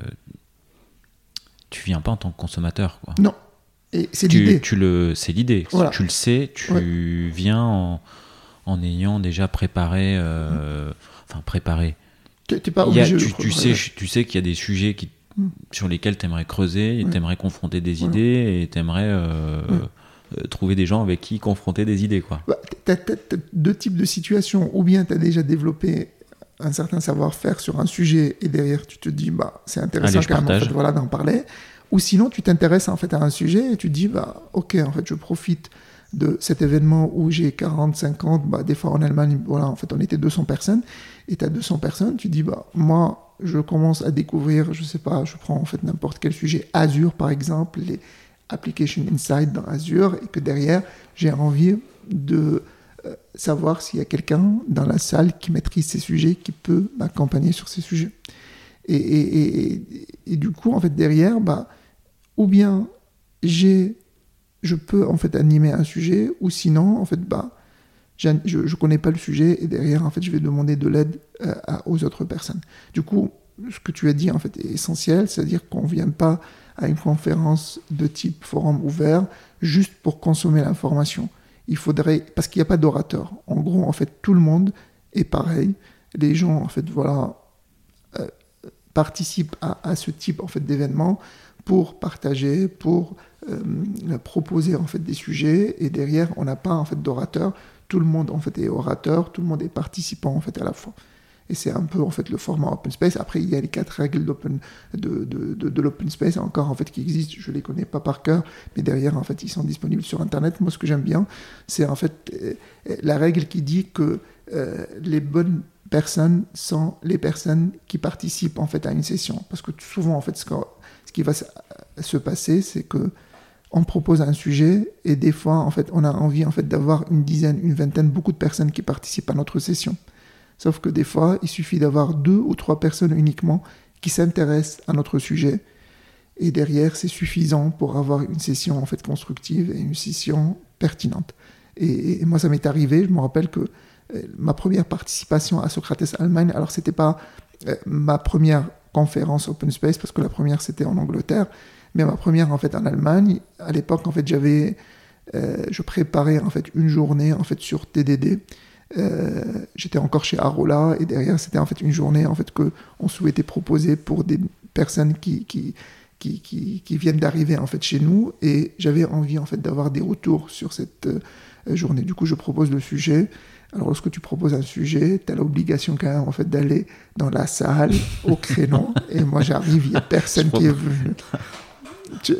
tu viens pas en tant que consommateur, quoi. Non, et c'est tu, l'idée. Tu le, c'est l'idée. Voilà. Tu le sais, tu ouais. viens en, en ayant déjà préparé, euh, mmh. enfin préparé. Tu t'es pas obligé. A, tu, tu sais, tu sais qu'il y a des sujets qui, mmh. sur lesquels tu aimerais creuser, ouais. tu aimerais confronter des voilà. idées et tu aimerais euh, ouais. trouver des gens avec qui confronter des idées, quoi. Bah, t'as, t'as, t'as deux types de situations. Ou bien tu as déjà développé un certain savoir-faire sur un sujet et derrière tu te dis bah c'est intéressant Allez, quand même en fait, voilà, d'en parler, ou sinon tu t'intéresses en fait à un sujet et tu te dis bah ok en fait je profite de cet événement où j'ai quarante, cinquante, bah des fois en Allemagne voilà en fait on était deux cents personnes et tu as deux cents personnes, tu dis bah moi je commence à découvrir, je sais pas, je prends en fait n'importe quel sujet, Azure par exemple, les Application Insight dans Azure, et que derrière j'ai envie de Euh, savoir s'il y a quelqu'un dans la salle qui maîtrise ces sujets, qui peut m'accompagner sur ces sujets. Et, et, et, et, et du coup, en fait, derrière, bah, ou bien j'ai, je peux en fait animer un sujet, ou sinon, en fait, bah, je ne connais pas le sujet, et derrière, en fait, je vais demander de l'aide euh, à, aux autres personnes. Du coup, ce que tu as dit, en fait, est essentiel, c'est-à-dire qu'on ne vient pas à une conférence de type forum ouvert juste pour consommer l'information. Il faudrait, parce qu'il n'y a pas d'orateur. En gros, en fait, tout le monde est pareil. Les gens, en fait, voilà, euh, participent à, à ce type, en fait, d'événement pour partager, pour euh, proposer, en fait, des sujets. Et derrière, on n'a pas, en fait, d'orateur. Tout le monde, en fait, est orateur. Tout le monde est participant, en fait, à la fois. Et c'est un peu, en fait, le format Open Space. Après, il y a les quatre règles d'open, de, de, de, de l'Open Space, encore, en fait, qui existent. Je ne les connais pas par cœur, mais derrière, en fait, ils sont disponibles sur Internet. Moi, ce que j'aime bien, c'est, en fait, euh, la règle qui dit que euh, les bonnes personnes sont les personnes qui participent, en fait, à une session. Parce que souvent, en fait, ce, que, ce qui va se passer, c'est que on propose un sujet, et des fois, en fait, on a envie, en fait, d'avoir une dizaine, une vingtaine, beaucoup de personnes qui participent à notre session. Sauf que des fois, il suffit d'avoir deux ou trois personnes uniquement qui s'intéressent à notre sujet. et derrière, c'est suffisant pour avoir une session en fait constructive et une session pertinente. Et, et moi, ça m'est arrivé, je me rappelle que euh, ma première participation à Socrates Allemagne, alors c'était pas euh, ma première conférence Open Space, parce que la première c'était en Angleterre, mais ma première en fait en Allemagne, à l'époque en fait j'avais, euh, je préparais en fait une journée en fait sur T D D. Euh, j'étais encore chez Arola et derrière c'était en fait une journée en fait que on souhaitait proposer pour des personnes qui qui qui qui, qui viennent d'arriver en fait chez nous, et j'avais envie en fait d'avoir des retours sur cette euh, journée. Du coup, je propose le sujet. Alors, lorsque tu proposes un sujet, tu as l'obligation quand même en fait d'aller dans la salle au créneau. Et moi, j'arrive, il y a personne qui est venu. Je...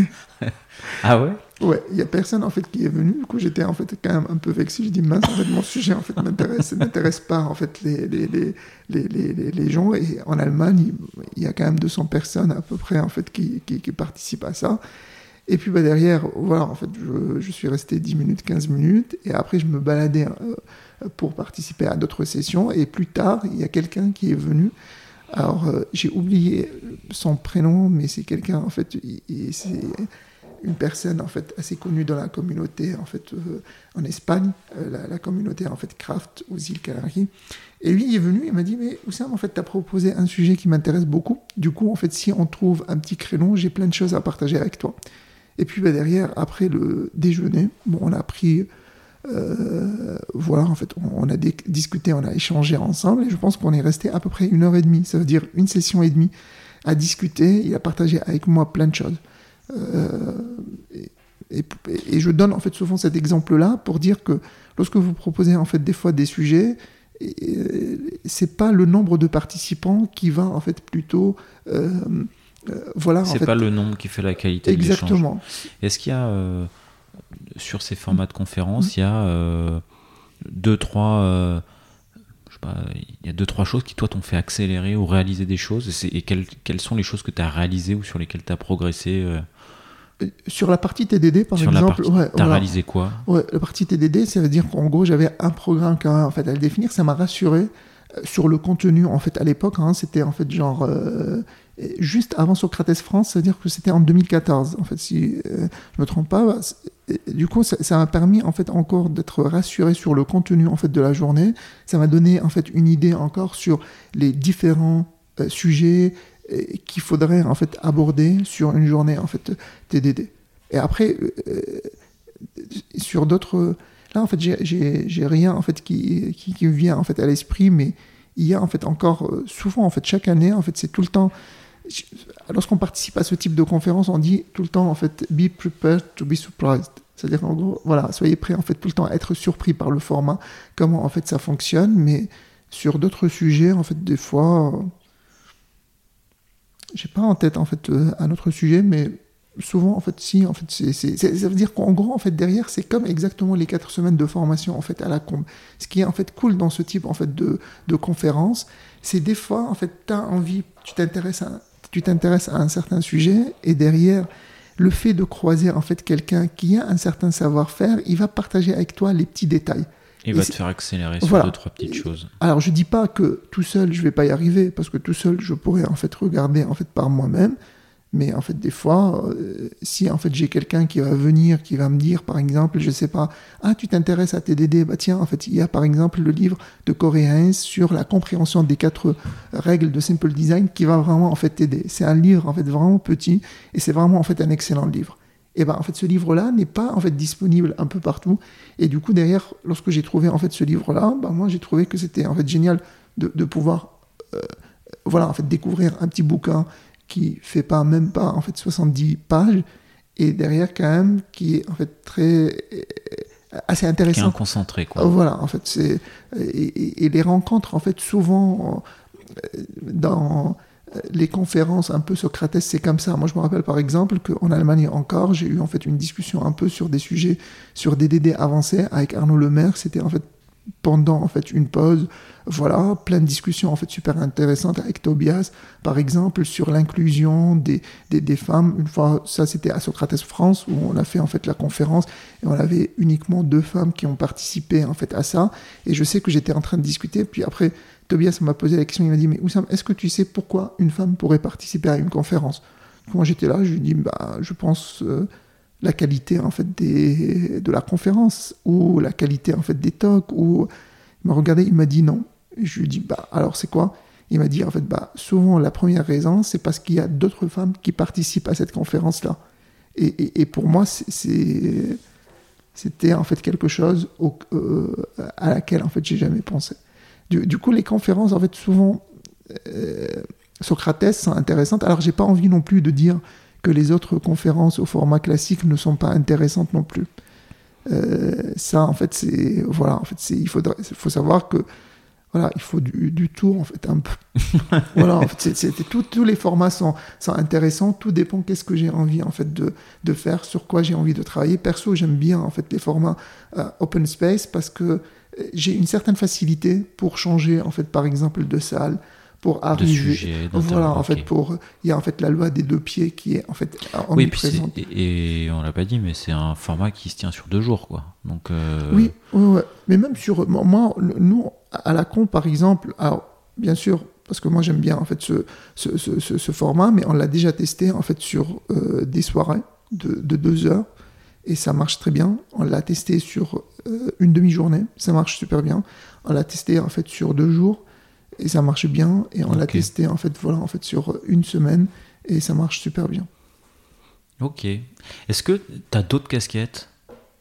Ah ouais? Ouais, il y a personne en fait qui est venu. Du coup, j'étais en fait quand même un peu vexé. Je dis mince, en fait, mon sujet en fait m'intéresse, n'intéresse pas en fait les les, les les les les gens. Et en Allemagne, il y a quand même deux cents personnes à peu près en fait qui qui, qui participent à ça. Et puis bah, derrière, voilà, en fait, je, je suis resté dix minutes, quinze minutes, et après je me baladais euh, pour participer à d'autres sessions. Et plus tard, il y a quelqu'un qui est venu. Alors, euh, j'ai oublié son prénom, mais c'est quelqu'un, en fait, il, il, c'est une personne, en fait, assez connue dans la communauté, en fait, euh, en Espagne, euh, la, la communauté, en fait, Craft, aux îles Canaries. Et lui, il est venu, il m'a dit, mais Oussam, en fait, tu as proposé un sujet qui m'intéresse beaucoup. Du coup, en fait, si on trouve un petit créneau, j'ai plein de choses à partager avec toi. Et puis bah, derrière, après le déjeuner, bon, on a pris, euh, voilà, en fait, on, on a dé- discuté, on a échangé ensemble, et je pense qu'on est resté à peu près une heure et demie, ça veut dire une session et demie à discuter. Il a partagé avec moi plein de choses. Euh, et, et, et je donne en fait souvent cet exemple-là pour dire que lorsque vous proposez en fait des fois des sujets, et, c'est pas le nombre de participants qui va en fait plutôt euh, Euh, voilà, c'est en fait. pas le nombre qui fait la qualité Exactement. de l'échange. Est-ce qu'il y a, euh, sur ces formats de conférences, mmh. il y a euh, deux, trois, euh, je sais pas, il y a deux, trois choses qui, toi, t'ont fait accélérer ou réaliser des choses, et, c'est, et quelles, quelles sont les choses que tu as réalisées ou sur lesquelles tu as progressé euh... Sur la partie T D D, par sur exemple, tu ouais, as voilà. réalisé quoi? Ouais, la partie T D D, ça veut dire qu'en gros, j'avais un programme quand même, en fait, à le définir. Ça m'a rassuré sur le contenu. En fait, à l'époque, hein, c'était en fait genre euh, juste avant Socrates France, c'est-à-dire que c'était en deux mille quatorze. En fait, si euh, je me trompe pas, du coup, ça, ça m'a permis en fait encore d'être rassuré sur le contenu en fait de la journée. Ça m'a donné en fait une idée encore sur les différents euh, sujets qu'il faudrait en fait aborder sur une journée en fait T D D. Et après euh, sur d'autres, là en fait j'ai, j'ai, j'ai rien en fait qui, qui qui vient en fait à l'esprit, mais il y a en fait encore souvent en fait chaque année en fait c'est tout le temps, lorsqu'on participe à ce type de conférence, on dit tout le temps en fait be prepared to be surprised. C'est-à-dire en gros voilà, soyez prêts en fait tout le temps à être surpris par le format, comment en fait ça fonctionne. Mais sur d'autres sujets en fait des fois euh, j'ai pas en tête en fait euh, un autre sujet, mais souvent en fait si en fait c'est, c'est, c'est, ça veut dire qu'en gros en fait derrière c'est comme exactement les quatre semaines de formation en fait à la Combe. Ce qui est en fait cool dans ce type en fait de de conférence, c'est des fois en fait t'as envie, tu t'intéresses à tu t'intéresses à un certain sujet, et derrière le fait de croiser en fait quelqu'un qui a un certain savoir-faire, il va partager avec toi les petits détails. Il va te faire accélérer sur voilà. deux, trois petites choses. Alors, je dis pas que tout seul, je vais pas y arriver, parce que tout seul, je pourrais en fait regarder en fait par moi-même. Mais en fait, des fois, euh, si en fait j'ai quelqu'un qui va venir, qui va me dire, par exemple, je sais pas, ah, tu t'intéresses à T D D, bah tiens, en fait, il y a par exemple le livre de Corey Haines sur la compréhension des quatre règles de Simple Design qui va vraiment en fait t'aider. C'est un livre en fait vraiment petit, et c'est vraiment en fait un excellent livre. Et ben en fait ce livre-là n'est pas en fait disponible un peu partout, et du coup derrière, lorsque j'ai trouvé en fait ce livre-là, ben moi j'ai trouvé que c'était en fait génial de, de pouvoir euh, voilà en fait découvrir un petit bouquin qui fait pas même pas en fait soixante-dix pages, et derrière quand même qui est en fait très assez intéressant, qui est un concentré quoi. Voilà en fait c'est et, et les rencontres en fait souvent dans les conférences un peu Socrates, c'est comme ça. Moi, je me rappelle par exemple qu'en Allemagne encore, j'ai eu en fait une discussion un peu sur des sujets, sur des D D avancés avec Arnaud Lemaire. C'était en fait pendant en fait une pause, voilà, plein de discussions en fait super intéressantes avec Tobias, par exemple sur l'inclusion des, des, des femmes. Une fois, ça c'était à Socrates France où on a fait en fait la conférence, et on avait uniquement deux femmes qui ont participé en fait à ça. Et je sais que j'étais en train de discuter, puis après Tobias m'a posé la question, il m'a dit mais Oussam, est-ce que tu sais pourquoi une femme pourrait participer à une conférence? Quand j'étais là, je lui dis, bah, je pense euh, la qualité en fait des, de la conférence ou la qualité en fait des talks. Ou il m'a regardé, il m'a dit non. Et je lui dis, bah alors c'est quoi? Il m'a dit en fait, bah souvent la première raison, c'est parce qu'il y a d'autres femmes qui participent à cette conférence-là. Et, et, et pour moi, c'est, c'est, c'était en fait quelque chose au, euh, à laquelle en fait j'ai jamais pensé. Du, du coup, les conférences en fait souvent euh, Socrates sont intéressantes. Alors j'ai pas envie non plus de dire que les autres conférences au format classique ne sont pas intéressantes non plus. Euh, ça en fait c'est voilà en fait c'est il faut il faut savoir que voilà il faut du, du tout en fait un peu. Voilà en fait c'est, c'est, c'est, tout, tous les formats sont, sont intéressants. Tout dépend qu'est-ce que j'ai envie en fait de de faire, sur quoi j'ai envie de travailler. Perso j'aime bien en fait les formats euh, open space parce que j'ai une certaine facilité pour changer en fait par exemple de salle, pour arriver, de sujet, voilà en okay. fait pour il y a en fait la loi des deux pieds qui est en fait omniprésente. Oui, et, et on l'a pas dit, mais c'est un format qui se tient sur deux jours, quoi. Donc euh... oui, ouais, ouais, mais même sur moi, nous à la con par exemple, alors bien sûr parce que moi j'aime bien en fait ce ce, ce, ce, ce format, mais on l'a déjà testé en fait sur euh, des soirées de, de deux heures et ça marche très bien. On l'a testé sur euh, une demi-journée, ça marche super bien. On l'a testé en fait sur deux jours. Et ça marche bien, et on okay. l'a testé en fait, voilà, en fait, sur une semaine, et ça marche super bien. Ok. Est-ce que tu as d'autres casquettes?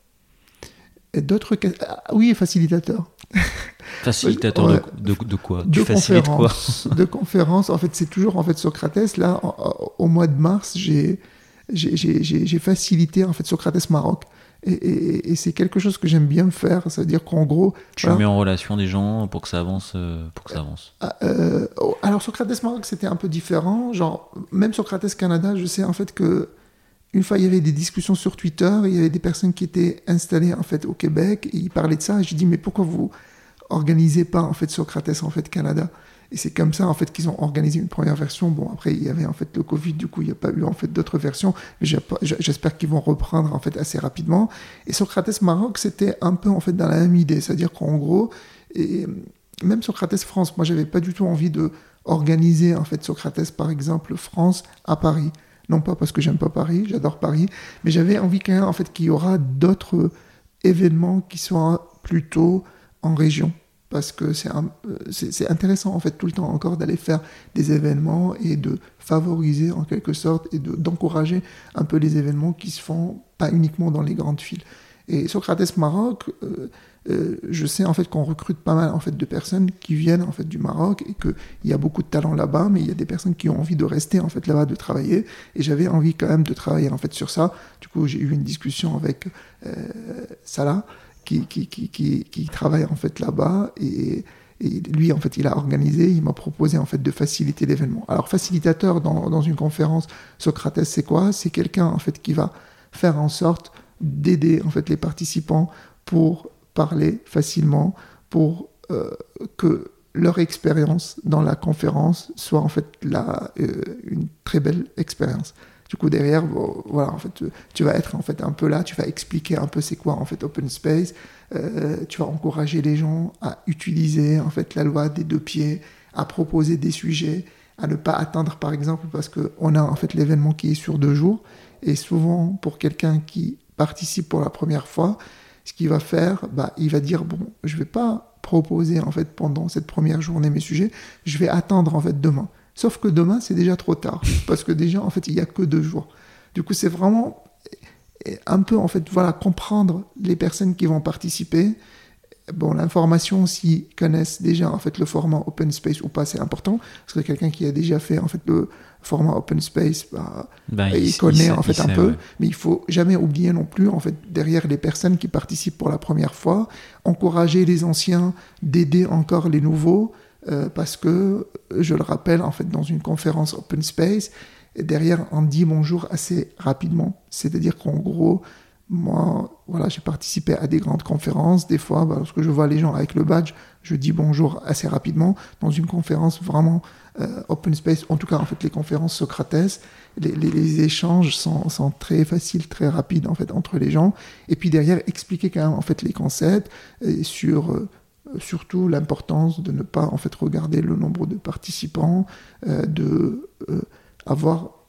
Et d'autres casquettes ah, oui, facilitateur. Facilitateur ouais. de, de, de quoi? De Tu facilites quoi? De conférences. En fait, c'est toujours en fait Socrates. Là, en, au mois de mars, j'ai, j'ai, j'ai, j'ai facilité en fait Socrates Maroc. Et, et, et c'est quelque chose que j'aime bien faire, c'est-à-dire qu'en gros... Tu voilà, mets en relation des gens pour que ça avance, euh, pour que ça avance. Euh, euh, alors Socrates Maroc, c'était un peu différent. Genre, même Socrates Canada, je sais en fait que une fois, il y avait des discussions sur Twitter, il y avait des personnes qui étaient installées en fait au Québec, et ils parlaient de ça, et j'ai dit, mais pourquoi vous organisez pas en fait Socrates en fait Canada? Et c'est comme ça en fait qu'ils ont organisé une première version. Bon, après il y avait en fait le Covid, du coup il n'y a pas eu en fait d'autres versions, mais j'espère qu'ils vont reprendre en fait assez rapidement. Et Socrates Maroc, c'était un peu en fait dans la même idée, c'est-à-dire qu'en gros, et même Socrates France, moi j'avais pas du tout envie de organiser en fait Socrates par exemple France à Paris. Non pas parce que j'aime pas Paris, j'adore Paris, mais j'avais envie quand même en fait qu'il y aura d'autres événements qui soient plutôt en région. Parce que c'est, un, c'est, c'est intéressant en fait tout le temps encore d'aller faire des événements et de favoriser en quelque sorte et de, d'encourager un peu les événements qui se font pas uniquement dans les grandes villes. Et Socrates Maroc, euh, euh, je sais en fait qu'on recrute pas mal en fait de personnes qui viennent en fait du Maroc et qu'il y a beaucoup de talent là-bas, mais il y a des personnes qui ont envie de rester en fait là-bas, de travailler. Et j'avais envie quand même de travailler en fait sur ça. Du coup, j'ai eu une discussion avec euh, Salah. Qui, qui, qui, qui, qui travaille en fait là-bas et, et lui en fait il a organisé, il m'a proposé en fait de faciliter l'événement. Alors facilitateur dans, dans une conférence, Socrates c'est quoi? C'est quelqu'un en fait qui va faire en sorte d'aider en fait les participants pour parler facilement, pour euh, que leur expérience dans la conférence soit en fait la, euh, une très belle expérience. Du coup, derrière, bon, voilà, en fait, tu vas être en fait un peu là, tu vas expliquer un peu c'est quoi en fait open space, euh, tu vas encourager les gens à utiliser en fait la loi des deux pieds, à proposer des sujets, à ne pas attendre par exemple parce que on a en fait l'événement qui est sur deux jours et souvent pour quelqu'un qui participe pour la première fois, ce qu'il va faire, bah, il va dire bon, je vais pas proposer en fait pendant cette première journée mes sujets, je vais attendre en fait demain. Sauf que demain, c'est déjà trop tard, parce que déjà, en fait, il n'y a que deux jours. Du coup, c'est vraiment un peu, en fait, voilà, comprendre les personnes qui vont participer. Bon, l'information, s'ils connaissent déjà, en fait, le format open space ou pas, c'est important, parce que quelqu'un qui a déjà fait, en fait, le format open space, bah, ben, il, il connaît, il en fait, sait, un peu. Ouais. Mais il faut jamais oublier non plus, en fait, derrière les personnes qui participent pour la première fois, encourager les anciens d'aider encore les nouveaux, Euh, parce que, je le rappelle, en fait, dans une conférence open space, derrière, on dit bonjour assez rapidement. C'est-à-dire qu'en gros, moi, voilà, j'ai participé à des grandes conférences. Des fois, bah, lorsque je vois les gens avec le badge, je dis bonjour assez rapidement. Dans une conférence vraiment euh, open space, en tout cas, en fait, les conférences Socrates, les, les, les échanges sont, sont très faciles, très rapides, en fait, entre les gens. Et puis derrière, expliquer quand même, en fait, les concepts et sur... Euh, surtout l'importance de ne pas en fait regarder le nombre de participants, euh, de euh, avoir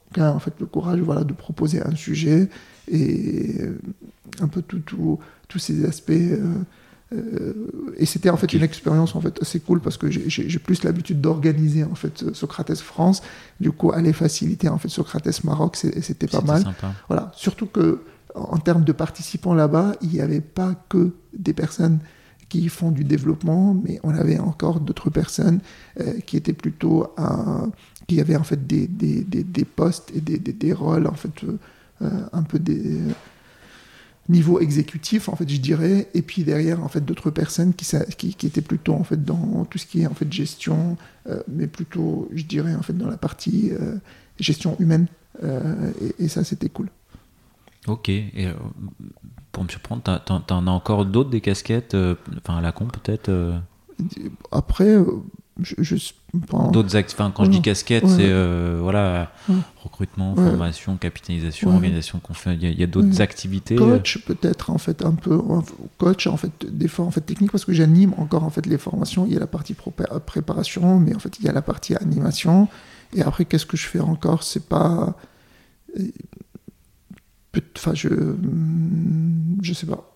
qui a en fait le courage, voilà, de proposer un sujet et un peu tout, tout, tous ces aspects. Euh, euh, et c'était en fait okay. une expérience en fait assez cool parce que j'ai, j'ai, j'ai plus l'habitude d'organiser en fait Socrates France. Du coup, aller faciliter en fait Socrates Maroc, c'est, c'était pas c'était mal. Sympa. Voilà, surtout que en termes de participants là-bas, il n'y avait pas que des personnes qui font du développement, mais on avait encore d'autres personnes euh, qui étaient plutôt à, qui avaient en fait des, des, des, des postes et des, des, des rôles en fait euh, un peu des euh, niveau exécutif en fait je dirais, et puis derrière en fait d'autres personnes qui, qui, qui étaient plutôt en fait dans tout ce qui est en fait gestion, euh, mais plutôt je dirais en fait dans la partie euh, gestion humaine, euh, et, et ça c'était cool. Ok, et euh, pour me surprendre, t'en, t'en, t'en as encore d'autres des casquettes, euh, enfin à la con peut-être euh... Après, euh, je, je enfin, d'autres actes, enfin quand ouais, je dis casquette, ouais, c'est euh, voilà, ouais, recrutement, ouais, formation, capitalisation, ouais, organisation, il y, y a d'autres ouais, activités. Coach peut-être en fait un peu, coach en fait des fois en fait technique parce que j'anime encore en fait les formations. Il y a la partie préparation, mais en fait il y a la partie animation. Et après qu'est-ce que je fais encore? C'est pas Enfin, je... Je sais pas.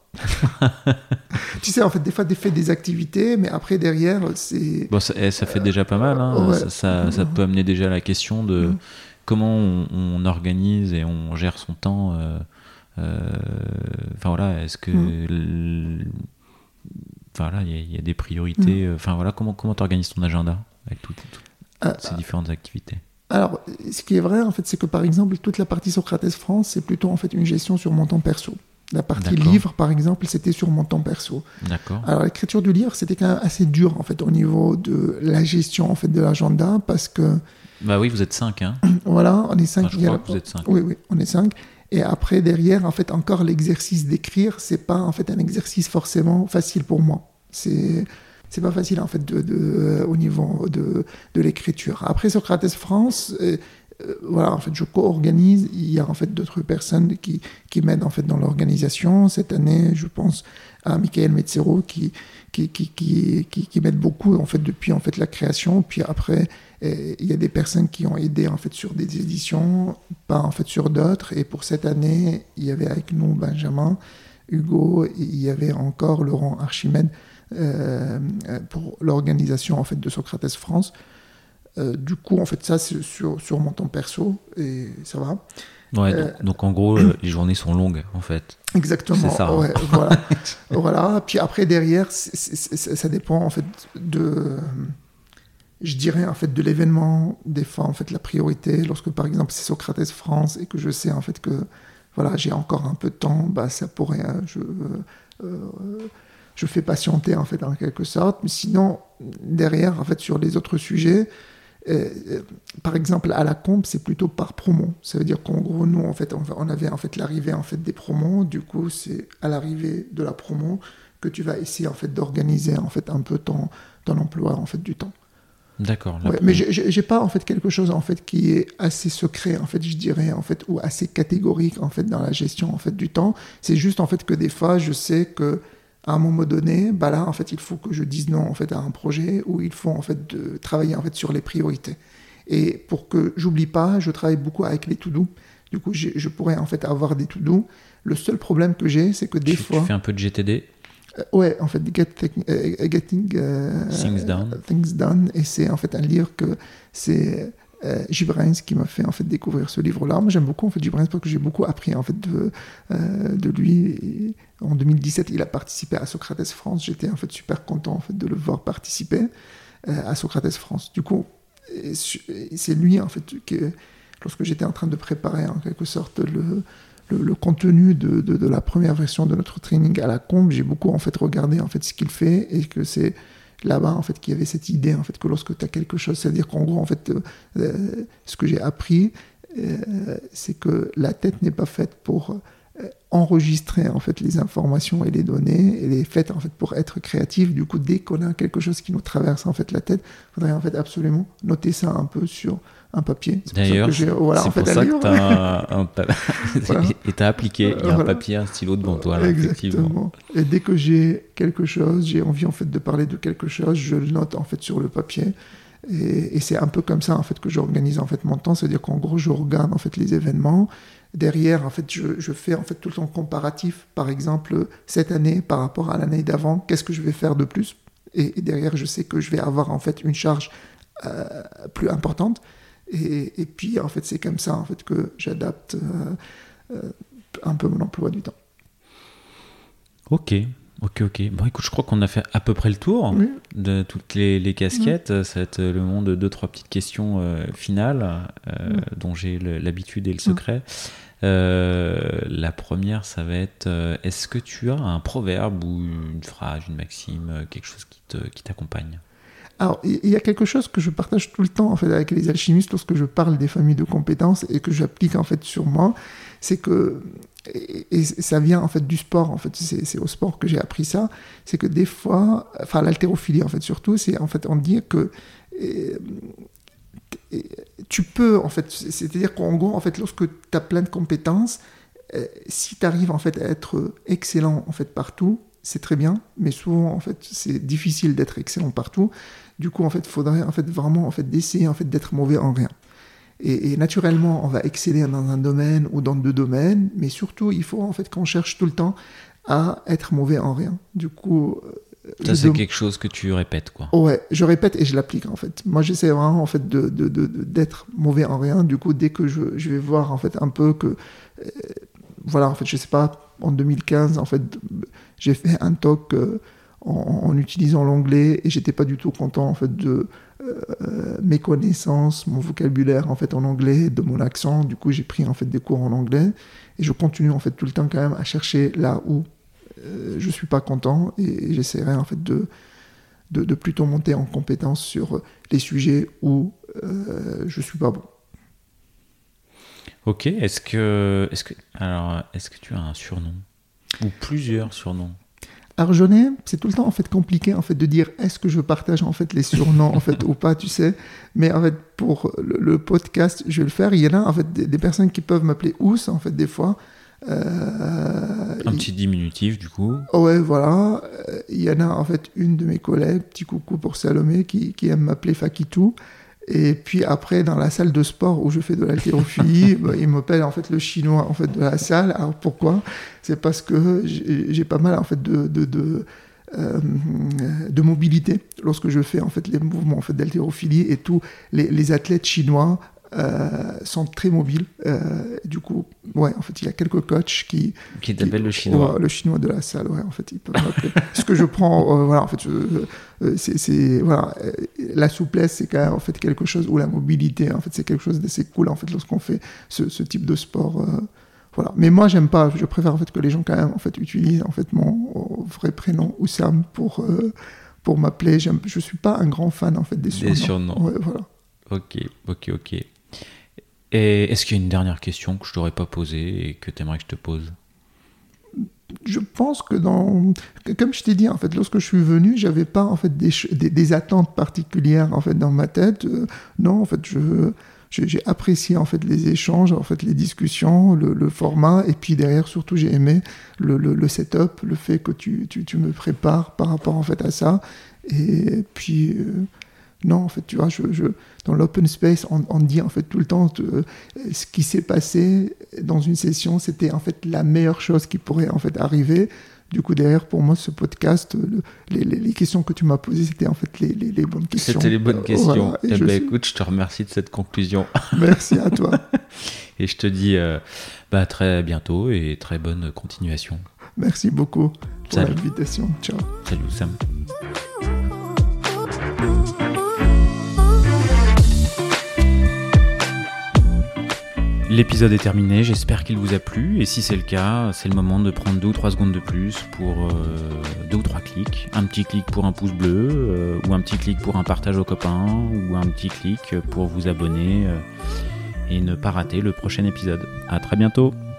Tu sais, en fait, des fois, des fait des activités, mais après, derrière, c'est... Bon, ça, ça fait déjà pas mal, hein. Ouais. Ça, ça, ça peut amener déjà à la question de mmh. comment on, on organise et on gère son temps. Euh, euh, enfin, voilà, est-ce que... Mmh. Le... Enfin, là, il y, y a des priorités. Mmh. Enfin, voilà, comment comment t'organises ton agenda avec toutes, toutes euh, ces différentes activités? Alors, ce qui est vrai, en fait, c'est que, par exemple, toute la partie Socrates France, c'est plutôt, en fait, une gestion sur mon temps perso. La partie D'accord. livre, par exemple, c'était sur mon temps perso. D'accord. Alors, l'écriture du livre, c'était quand même assez dur, en fait, au niveau de la gestion, en fait, de l'agenda, parce que... Bah oui, vous êtes cinq, hein. Voilà, on est cinq. Enfin, je crois que vous êtes cinq. Oui, oui, on est cinq. Et après, derrière, en fait, encore l'exercice d'écrire, c'est pas, en fait, un exercice forcément facile pour moi. C'est... C'est pas facile, en fait, de, de, au niveau de, de l'écriture. Après Socrates France, euh, euh, voilà, en fait, je co-organise. Il y a, en fait, d'autres personnes qui, qui m'aident, en fait, dans l'organisation. Cette année, je pense à Michael Metzero qui, qui, qui, qui, qui, qui m'aide beaucoup, en fait, depuis, en fait, la création. Puis après, euh, il y a des personnes qui ont aidé, en fait, sur des éditions, pas, en fait, sur d'autres. Et pour cette année, il y avait avec nous Benjamin, Hugo, et il y avait encore Laurent Archimède, Euh, pour l'organisation en fait de Socrates France. Euh, du coup, en fait, ça c'est sur sur mon temps perso et ça va. Ouais. Euh, donc, donc en gros, euh, les journées sont longues en fait. Exactement. C'est ça. Ouais, hein. Voilà. Voilà. Puis après derrière, c'est, c'est, c'est, ça dépend en fait de, je dirais en fait de l'événement. Des fois en fait la priorité. Lorsque par exemple c'est Socrates France et que je sais en fait que voilà j'ai encore un peu de temps, bah ça pourrait je euh, je fais patienter en fait en quelque sorte, mais sinon derrière en fait sur les autres sujets, euh, par exemple à la comp c'est plutôt par promo. Ça veut dire qu'en gros nous en fait on avait en fait l'arrivée en fait des promos. Du coup c'est à l'arrivée de la promo que tu vas essayer en fait d'organiser en fait un peu ton ton emploi en fait du temps. D'accord. Ouais, mais j'ai, j'ai pas en fait quelque chose en fait qui est assez secret en fait je dirais en fait ou assez catégorique en fait dans la gestion en fait du temps. C'est juste en fait que des fois je sais que à un moment donné, bah là, en fait, il faut que je dise non en fait, à un projet où il faut en fait, de travailler en fait, sur les priorités. Et pour que j'oublie pas, je travaille beaucoup avec les to-do. Du coup, je pourrais en fait, avoir des to-do. Le seul problème que j'ai, c'est que des tu, fois... Tu fais un peu de G T D euh, Ouais, en fait, get uh, Getting uh, Things Done. Things Done. Et c'est en fait un livre que c'est... Euh, Gibrins qui m'a fait en fait découvrir ce livre-là. Moi j'aime beaucoup en fait Gibrins parce que j'ai beaucoup appris en fait de euh, de lui. Et en deux mille dix-sept, il a participé à Socrates France. J'étais en fait super content en fait de le voir participer euh, à Socrates France. Du coup, c'est lui en fait que lorsque j'étais en train de préparer en quelque sorte le le, le contenu de, de de la première version de notre training à la Combe, j'ai beaucoup en fait regardé en fait ce qu'il fait et que c'est là-bas, en fait, qu'il y avait cette idée, en fait, que lorsque tu as quelque chose, c'est-à-dire qu'en gros, en fait, euh, ce que j'ai appris, euh, c'est que la tête n'est pas faite pour euh, enregistrer, en fait, les informations et les données, elle est faite, en fait, pour être créative. Du coup, dès qu'on a quelque chose qui nous traverse, en fait, la tête, il faudrait, en fait, absolument noter ça un peu sur un papier. C'est D'ailleurs, pour ça que, voilà, c'est en fait, pour ça que tu as un, un pa... voilà. Et tu as appliqué, il y a voilà. un papier, un stylo devant toi. Là, exactement. Et dès que j'ai quelque chose, j'ai envie en fait de parler de quelque chose, je le note en fait sur le papier. Et, et c'est un peu comme ça en fait que j'organise en fait mon temps, c'est-à-dire qu'en gros je regarde en fait les événements. Derrière en fait je, je fais en fait tout le temps comparatif. Par exemple cette année par rapport à l'année d'avant, qu'est-ce que je vais faire de plus? Et, et derrière je sais que je vais avoir en fait une charge euh, plus importante. Et, et puis en fait c'est comme ça en fait que j'adapte euh, euh, un peu mon emploi du temps. Ok. Ok, ok. Bon, écoute, je crois qu'on a fait à peu près le tour oui. de toutes les, les casquettes. Oui. Ça va être le moment de deux, trois petites questions euh, finales euh, oui. dont j'ai le, l'habitude et le secret. Oui. Euh, la première, ça va être euh, est-ce que tu as un proverbe ou une phrase, une maxime, quelque chose qui, te, qui t'accompagne? Alors, il y a quelque chose que je partage tout le temps en fait, avec les alchimistes lorsque je parle des familles de compétences et que j'applique en fait sur moi, c'est que, et, et ça vient en fait du sport, en fait, c'est, c'est au sport que j'ai appris ça, c'est que des fois, enfin l'haltérophilie en fait surtout, c'est en fait on dit que et, et, tu peux en fait, c'est-à-dire qu'en gros en fait lorsque tu as plein de compétences, euh, si tu arrives en fait à être excellent en fait partout, c'est très bien, mais souvent en fait c'est difficile d'être excellent partout. Du coup en fait, faudrait en fait vraiment en fait d'essayer en fait d'être mauvais en rien. Et, et naturellement, on va exceller dans un domaine ou dans deux domaines, mais surtout il faut en fait qu'on cherche tout le temps à être mauvais en rien. Du coup, ça c'est dem- quelque chose que tu répètes quoi. Ouais, je répète et je l'applique en fait. Moi j'essaie vraiment en fait de, de, de, de d'être mauvais en rien. Du coup, dès que je, je vais voir en fait un peu que euh, voilà en fait je sais pas, en deux mille quinze en fait j'ai fait un talk euh, en, en utilisant l'anglais et j'étais pas du tout content en fait de euh, mes connaissances, mon vocabulaire en fait en anglais, de mon accent. Du coup j'ai pris en fait des cours en anglais et je continue en fait tout le temps quand même à chercher là où euh, je suis pas content et, et j'essaierai en fait de, de de plutôt monter en compétence sur les sujets où euh, je suis pas bon. Ok, est-ce que, est-ce que, alors, est-ce que tu as un surnom ou plusieurs surnoms? Alors j'en ai, c'est tout le temps en fait compliqué en fait de dire est-ce que je partage en fait les surnoms en fait ou pas, tu sais. Mais en fait pour le, le podcast, je vais le faire. Il y en a en fait des, des personnes qui peuvent m'appeler Ous en fait des fois. Euh, un petit diminutif du coup. Ouais, voilà. Il y en a en fait une de mes collègues, petit coucou pour Salomé, qui, qui aime m'appeler Fakitou. Et puis après, dans la salle de sport où je fais de l'haltérophilie, bah, il m'appelle en fait le chinois en fait de la salle. Alors pourquoi? C'est parce que j'ai, j'ai pas mal en fait de de, de, euh, de mobilité lorsque je fais en fait les mouvements en fait d'haltérophilie et tous les, les athlètes chinois euh, sont très mobiles. Euh, du coup, ouais, en fait, il y a quelques coachs qui qui t'appellent le chinois. Ouais, le chinois de la salle, ouais, en fait, ils peuvent m'appeler. Ce que je prends, euh, voilà, en fait, je, euh, c'est, c'est voilà, euh, la souplesse, c'est quand même en fait quelque chose, ou la mobilité, en fait, c'est quelque chose d'assez cool, en fait, lorsqu'on fait ce, ce type de sport. Euh, voilà. Mais moi, j'aime pas. Je préfère en fait que les gens quand même en fait utilisent en fait mon vrai prénom Oussam pour euh, pour m'appeler. J'aime, je suis pas un grand fan en fait des surnoms. Des surnoms. Ouais, voilà. Ok, ok, ok. Et est-ce qu'il y a une dernière question que je t'aurais pas posée et que tu aimerais que je te pose? Je pense que dans, comme je t'ai dit en fait, lorsque je suis venu, j'avais pas en fait des, des, des attentes particulières en fait dans ma tête. Euh, non, en fait, je J'ai, j'ai apprécié en fait les échanges, en fait les discussions, le, le format, et puis derrière surtout j'ai aimé le, le, le setup, le fait que tu, tu, tu me prépares par rapport en fait à ça. Et puis euh, non, en fait tu vois, je, je, dans l'open space, on, on dit en fait tout le temps euh, ce qui s'est passé dans une session, c'était en fait la meilleure chose qui pourrait en fait arriver. Du coup, derrière, pour moi, ce podcast, le, les, les, les questions que tu m'as posées, c'était en fait les, les, les bonnes questions. C'était les bonnes euh, questions. Voilà, et eh ben, suis... écoute, je te remercie de cette conclusion. Merci à toi. Et je te dis euh, bah, à très bientôt et très bonne continuation. Merci beaucoup pour Salut. l'invitation. Ciao. Salut, Sam. L'épisode est terminé, j'espère qu'il vous a plu, et si c'est le cas, c'est le moment de prendre deux ou trois secondes de plus pour euh, deux ou trois clics. Un petit clic pour un pouce bleu, euh, ou un petit clic pour un partage aux copains, ou un petit clic pour vous abonner euh, et ne pas rater le prochain épisode. À très bientôt.